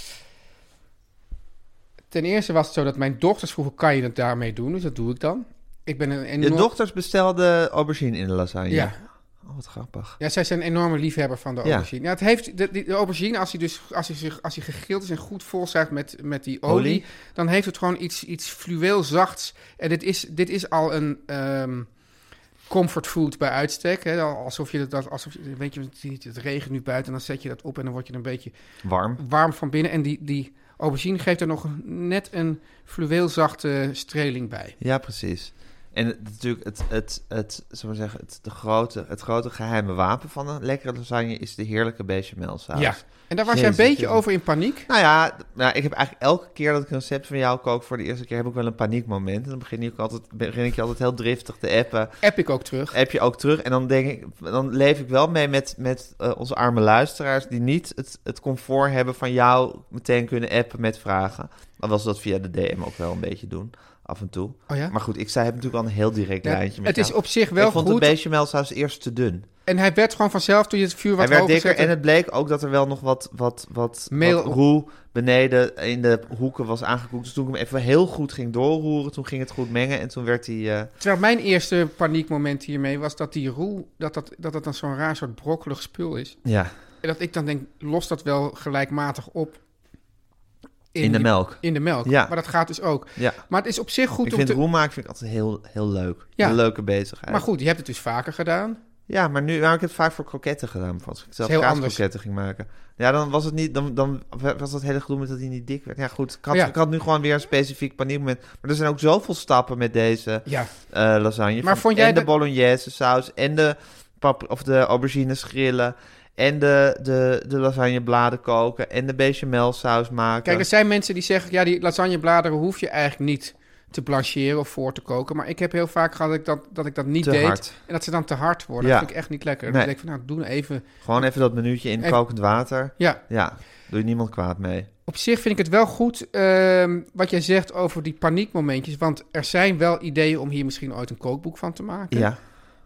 Ten eerste was het zo dat mijn dochters vroegen, kan je het daarmee doen? Dus dat doe ik dan. Ik ben een Je enorm... dochters bestelden aubergine in de lasagne. Ja. Oh, wat grappig. Ja, zij zijn een enorme liefhebber van de Ja. aubergine. Ja, het heeft, de, de, de aubergine, als hij dus als hij zich, als hij gegrild is en goed volzuigt met, met die olie, Olie? dan heeft het gewoon iets, iets fluweel zachts. En dit is, dit is al een um, comfortfood bij uitstek. Hè? Alsof je dat, alsof je, weet je, het regent nu buiten en dan zet je dat op en dan word je een beetje Warm. warm van binnen. En die, die aubergine geeft er nog net een fluweelzachte streling bij. Ja, precies. En het, natuurlijk het, het, het, zullen we zeggen, het, de grote, het grote geheime wapen van een lekkere lasagne is de heerlijke bechamelsaus. Ja, en daar was jij Jezus, een beetje jongen. over in paniek. Nou ja, nou, ik heb eigenlijk elke keer dat ik een recept van jou kook voor de eerste keer heb ik wel een paniekmoment. En dan begin ik, altijd, begin ik je altijd heel driftig te appen. App ik ook terug. App je ook terug. En dan denk ik, dan leef ik wel mee met, met uh, onze arme luisteraars die niet het, het comfort hebben van jou meteen kunnen appen met vragen. Dan was dat via de D M ook wel een beetje doen. Af en toe. Oh ja? Maar goed, ik zei, heb natuurlijk al een heel direct Ja, lijntje met het is jou. op zich wel ik vond goed. de bechamelsaus eerst te dun. En hij werd gewoon vanzelf, toen je het vuur wat Hij werd hoger dikker zette. en het bleek ook dat er wel nog wat, wat, wat, Meel- wat roe beneden in de hoeken was aangekoekt. Dus toen ik hem even heel goed ging doorroeren, toen ging het goed mengen en toen werd hij... Uh... Terwijl mijn eerste paniekmoment hiermee was dat die roe, dat dat, dat, dat dan zo'n raar soort brokkelig spul is. Ja, En dat ik dan denk, los dat wel gelijkmatig op. in de die- melk. In de melk. Ja. Maar dat gaat dus ook. Ja. Maar het is op zich goed Ik om vind te... roe maken vind ik altijd heel, heel leuk. Ja. Een leuke bezigheid. Maar goed, je hebt het dus vaker gedaan. Ja, maar nu nou, ik heb het vaak voor kroketten gedaan. Als ik zelf heel kaaskroketten ging maken. Ja, dan was het niet, dan, dan was dat hele gedoe met dat hij niet dik werd. Ja, goed. Ik had, Ja. ik had nu gewoon weer een specifiek paniekmoment. Maar er zijn ook zoveel stappen met deze Ja. eh, lasagne. Maar Van- vond jij en de dat- bolognese saus en de, pap, of de aubergines grillen. En de, de, de lasagnebladen koken. En de bechamelsaus maken. Kijk, er zijn mensen die zeggen, ja, die lasagnebladeren hoef je eigenlijk niet te blancheren of voor te koken. Maar ik heb heel vaak gehad dat ik dat, dat, ik dat niet Te deed. hard. En dat ze dan te hard worden. Ja. Dat vind ik echt niet lekker. Dan Nee. denk ik van, nou, doe nou even... Gewoon even dat minuutje in Even- kokend water. Ja, Ja, doe je niemand kwaad mee. op zich vind ik het wel goed ehm, wat jij zegt over die paniekmomentjes. Want er zijn wel ideeën om hier misschien ooit een kookboek van te maken. Ja,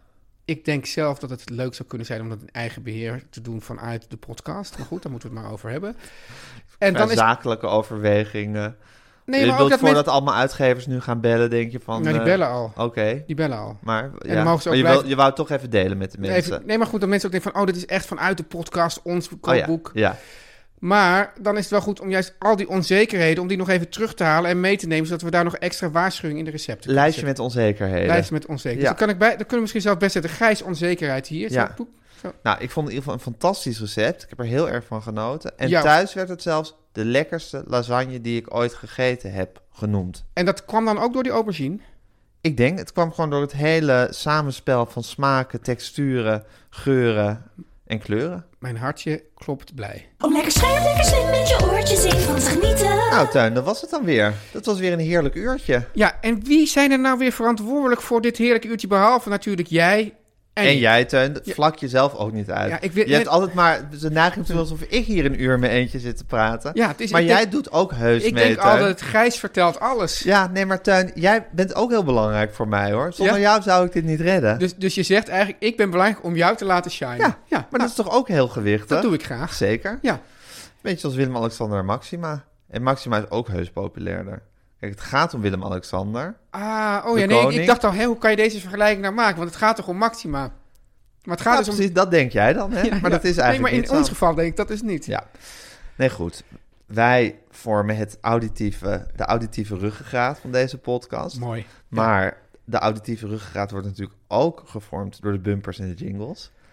Ik denk zelf dat het leuk zou kunnen zijn om dat in eigen beheer te doen vanuit de podcast. Maar goed, daar moeten we het maar over hebben. En dan is... zakelijke overwegingen. Nee, je maar ook wilt dat voordat mensen... allemaal uitgevers nu gaan bellen, denk je van... Nou, die eh, bellen al. Oké, Die bellen al. maar, dan ja. mogen ze ook maar je, blijven- wil, je wou het toch even delen met de mensen. Even, nee, maar goed, dat mensen ook denken van... oh, dit is echt vanuit de podcast, ons Oh ja, kookboek. ja. Maar dan is het wel goed om juist al die onzekerheden... om die nog even terug te halen en mee te nemen... zodat we daar nog extra waarschuwing in de recepten kunnen Lijstje zetten. met onzekerheden. Lijstje met onzekerheden. Ja. Dus dan, kan ik bij, dan kunnen we misschien zelf best zetten... Gijs onzekerheid hier. Ja. Zo, poep. Zo. Nou, ik vond in ieder geval een fantastisch recept. Ik heb er heel erg van genoten. En Ja. thuis werd het zelfs de lekkerste lasagne die ik ooit gegeten heb genoemd. En dat kwam dan ook door die aubergine? Ik denk, het kwam gewoon door het hele samenspel van smaken, texturen, geuren en kleuren. Mijn hartje klopt blij. Om lekker scherp, lekker slim met je oortjes in van te genieten. Nou, Teun, dat was het dan weer. Dat was weer een heerlijk uurtje. Ja, en wie zijn er nou weer verantwoordelijk voor dit heerlijke uurtje? Behalve natuurlijk jij en, En jij, Teun, Ja. vlak jezelf ook niet uit. Ja, ik wil- je hebt net- altijd maar de neiging te doen alsof ik hier een uur mee eentje zit te praten. Ja, het is, maar ik jij denk, doet ook heus ik mee, denk Teun. altijd, Gijs vertelt alles. Ja, nee, maar Teun, jij bent ook heel belangrijk voor mij, hoor. Zonder Ja? jou zou ik dit niet redden. Dus, dus je zegt eigenlijk, ik ben belangrijk om jou te laten shinen. Ja, ja maar nou, dat is toch ook heel gewichtig? dat doe ik graag. Zeker. Ja. Beetje als Willem-Alexander en Maxima. En Maxima is ook heus populairder. Kijk, het gaat om Willem-Alexander. Ah, oh De ja, nee, ik, koning. ik dacht al, hé, hoe kan je deze vergelijking nou maken? Want het gaat toch om Maxima? Maar het gaat Ja, dus om... precies, dat denk jij dan, hè? Ja, maar ja. dat is eigenlijk Nee, maar in niet ons zo. geval denk ik dat dus niet. Ja. Nee, goed. Wij vormen het auditieve, de auditieve ruggengraat van deze podcast. Mooi. Maar de auditieve ruggengraat wordt natuurlijk ook gevormd door de bumpers en de jingles.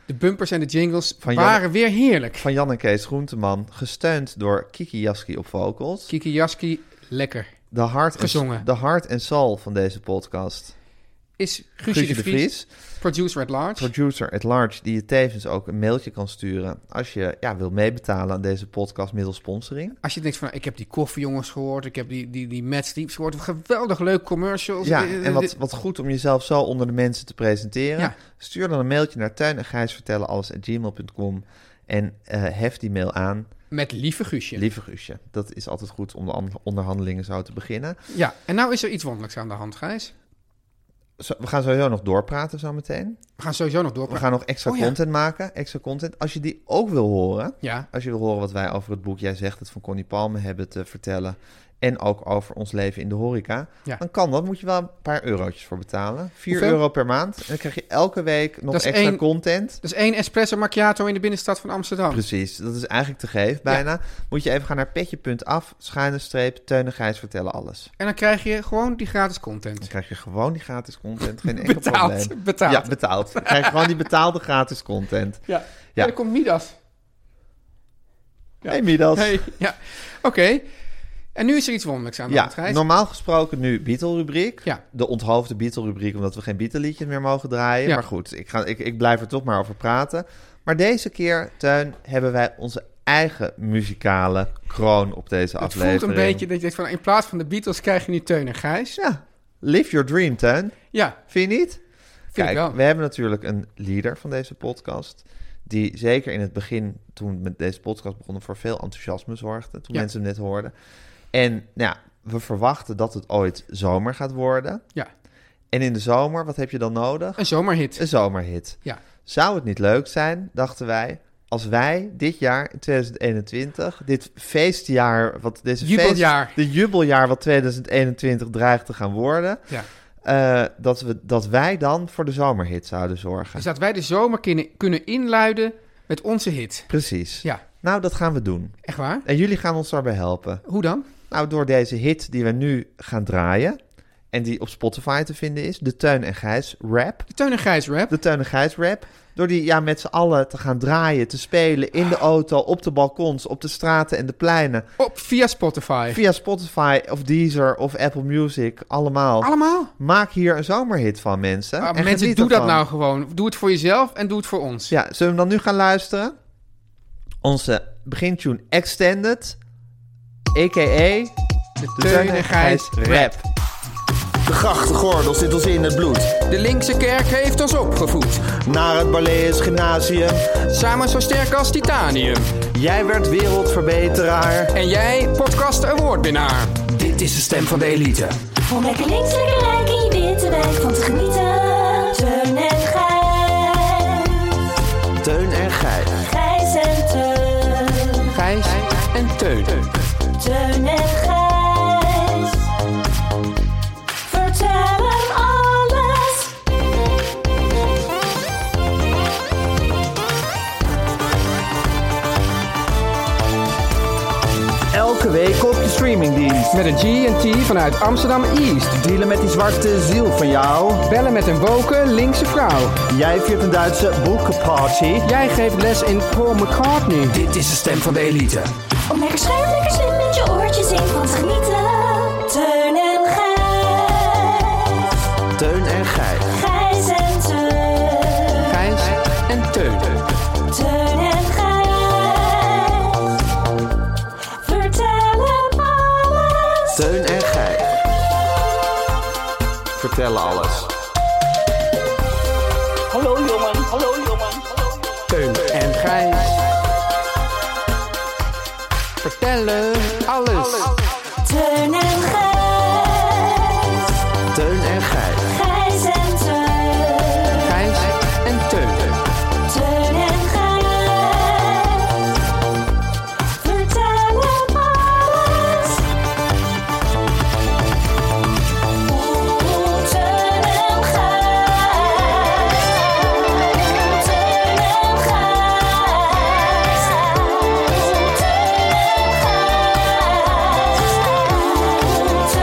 De bumpers en de jingles Van Jan- waren weer heerlijk. Van Jan en Kees Groenteman, gesteund door Kiki Jaski op vocals. Kiki Jaski, lekker. De hart, Gezongen. en, de hart en soul van deze podcast. Is Guusje, de, Vries, producer at large. Producer at large, die je tevens ook een mailtje kan sturen als je ja, wil meebetalen aan deze podcast middels sponsoring. Als je denkt van, ik heb die koffiejongens gehoord, ik heb die, die, die Mad Sleeps gehoord, geweldig leuk commercials. Ja, Eh, en wat, dit- wat goed om jezelf zo onder de mensen te presenteren. Ja. Stuur dan een mailtje naar teun en gijs vertellen alles at gmail punt com en uh, hef die mail aan. Met lieve Guusje. Lieve Guusje, dat is altijd goed om de an- onderhandelingen zo te beginnen. Ja, en nou is er iets wonderlijks aan de hand, Gijs. Zo, we gaan sowieso nog doorpraten zometeen. We gaan sowieso nog We doorpraten. gaan nog extra Oh, ja. content maken, extra content. Als je die ook wil horen, Ja, als je wil horen wat wij over het boek Jij zegt het van Connie Palme hebben te vertellen en ook over ons leven in de horeca, Ja. dan kan dat. Moet je wel een paar eurotjes voor betalen. vier Hoeveel? euro per maand. En dan krijg je elke week nog Dat is extra één- content. dus één espresso macchiato in de binnenstad van Amsterdam. Precies, dat is eigenlijk te geef bijna. Moet je even gaan naar petje punt af, schuine streep, Teun en Gijs vertellen alles. En dan krijg je gewoon die gratis content. Dan krijg je gewoon die gratis content, geen enkel Betaald, probleem. betaald. Ja, betaald. Dan krijg je gewoon die betaalde gratis content. Ja. Ja. Ja, er komt Midas. Ja. Hey Midas. Hey, ja, oké. En nu is er iets wonderlijks aan de Ja, hand, Gijs. normaal gesproken nu Beatle-rubriek. Ja. De onthoofde Beatle-rubriek, omdat we geen Beatle-liedjes meer mogen draaien. Ja. Maar goed, ik, ga, ik, ik blijf er toch maar over praten. Maar deze keer, Teun, hebben wij onze eigen muzikale kroon op deze Het aflevering. voelt een beetje dat je denkt van, in plaats van de Beatles krijg je nu Teun en Gijs. Ja, live your dream, Teun. Ja, Vind je niet? vind ik Kijk, wel. we hebben natuurlijk een leader van deze podcast, die zeker in het begin, toen we met deze podcast begonnen, voor veel enthousiasme zorgde. Toen Ja. mensen hem net hoorden. En nou ja, we verwachten dat het ooit zomer gaat worden. Ja, En in de zomer, wat heb je dan nodig? een zomerhit. Een zomerhit. Ja. Zou het niet leuk zijn, dachten wij, als wij dit jaar, in tweeduizend eenentwintig, dit feestjaar, wat deze Jubeljaar. feest, de jubeljaar wat tweeduizend eenentwintig dreigt te gaan worden, Ja. eh, dat, we, dat wij dan voor de zomerhit zouden zorgen. Dus dat wij de zomer kunnen, kunnen inluiden met onze hit. Precies. Ja, Nou, dat gaan we doen. echt waar? En jullie gaan ons daarbij helpen. Hoe dan? Nou, door deze hit die we nu gaan draaien, en die op Spotify te vinden is, de Teun en Gijs rap. De Teun en Gijs rap. De Teun en Gijs rap. Door die ja, met z'n allen te gaan draaien, te spelen in de auto, op de balkons, op de straten en de pleinen. Op, via Spotify. Via Spotify of Deezer of Apple Music, allemaal. Allemaal? Maak hier een zomerhit van, mensen. Ah, En mensen, geniet doe dat ervan. nou gewoon. Doe het voor jezelf en doe het voor ons. Ja, zullen we dan nu gaan luisteren? Onze begintune Extended, a k a De Teun en Gijs rap. De grachtgordel zit ons in het bloed. De linkse kerk heeft ons opgevoed. Naar het Barlees Gymnasium. Samen zo sterk als titanium. Jij werd wereldverbeteraar. En jij, podcast awardwinnaar. Dit is de stem van de elite. Om lekker links, lekker rijk in je witte wijk van te genieten. Teun en Gijs. Teun en Gijs. Gijs en Teun. Gijs en Teun. Teun en Gijs. Vertel hem alles. Elke week op je streamingdienst. Met een G en T vanuit Amsterdam East. Dealen met die zwarte ziel van jou. Bellen met een woke linkse vrouw. Jij viert een Duitse boekenparty. Jij geeft les in Paul McCartney. Dit is de stem van de elite. Om lekker scherp, lekker slim met je oortjes in van te genieten. Teun en Gijs. Teun en Gijs. Gijs en Teun. Gijs en Teun. Teun en Gijs. Vertel hem alles. Teun en Gijs. Vertellen alles. Hallo jongen, hallo jongen. Teun en Gijs. Vertellen alles. Teun en Gijs. Teun en Gijs. Gijs en Teun. Gijs en Teun. Teun en Gijs. Vertel hem alles. Oeh, Teun en Gijs. Teun en Gijs. Teun en Gijs.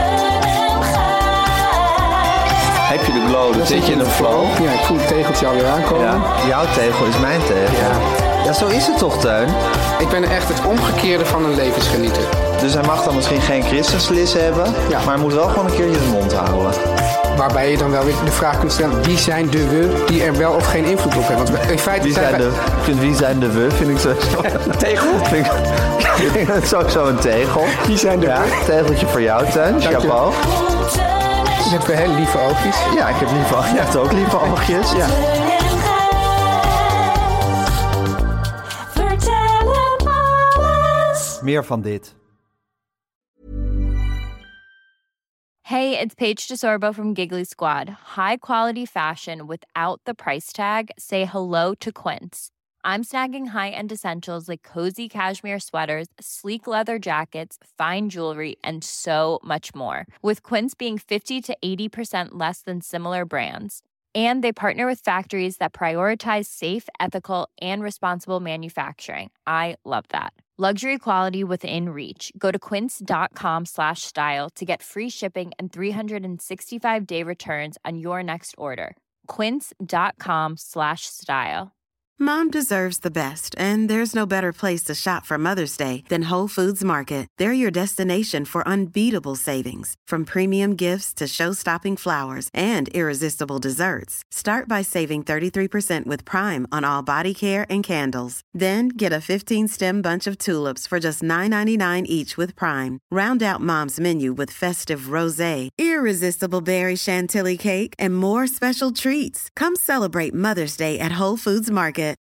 dan Dan zit je in een flow. Ja, ik voel het tegeltje alweer aankomen. Ja, jouw tegel is mijn tegel. Ja. Ja, zo is het toch, Teun? Ik ben echt het omgekeerde van een levensgenieter. Dus hij mag dan misschien geen christenslis hebben, Ja. maar hij moet wel gewoon een keertje de mond houden. Waarbij je dan wel weer de vraag kunt stellen, wie zijn de we die er wel of geen invloed op hebben? Want in feite Wie zijn, wij- de, ik vind wie zijn de we, vind ik sowieso... Tegel? Vind ik, ik vind het sowieso een tegel. Wie zijn de Ja, we? tegeltje voor jou, Teun. je. Chapeau. Je hebt wel heel lieve oogjes. Ja, ik heb lieve, jij hebt ook lieve oogjes. Ja. Vertel hem alles. Meer van dit. Hey, it's Paige DeSorbo from Giggly Squad. High quality fashion without the price tag. Say hello to Quince. I'm snagging high-end essentials like cozy cashmere sweaters, sleek leather jackets, fine jewelry, and so much more. With Quince being fifty to eighty percent less than similar brands. And they partner with factories that prioritize safe, ethical, and responsible manufacturing. I love that. Luxury quality within reach. Go to quince.com slash style to get free shipping and three sixty-five day returns on your next order. Quince.com slash style. Mom deserves the best, and there's no better place to shop for Mother's Day than Whole Foods Market. They're your destination for unbeatable savings, from premium gifts to show-stopping flowers and irresistible desserts. Start by saving thirty-three percent with Prime on all body care and candles. Then get a fifteen-stem bunch of tulips for just nine ninety-nine each with Prime. Round out Mom's menu with festive rosé, irresistible berry chantilly cake, and more special treats. Come celebrate Mother's Day at Whole Foods Market.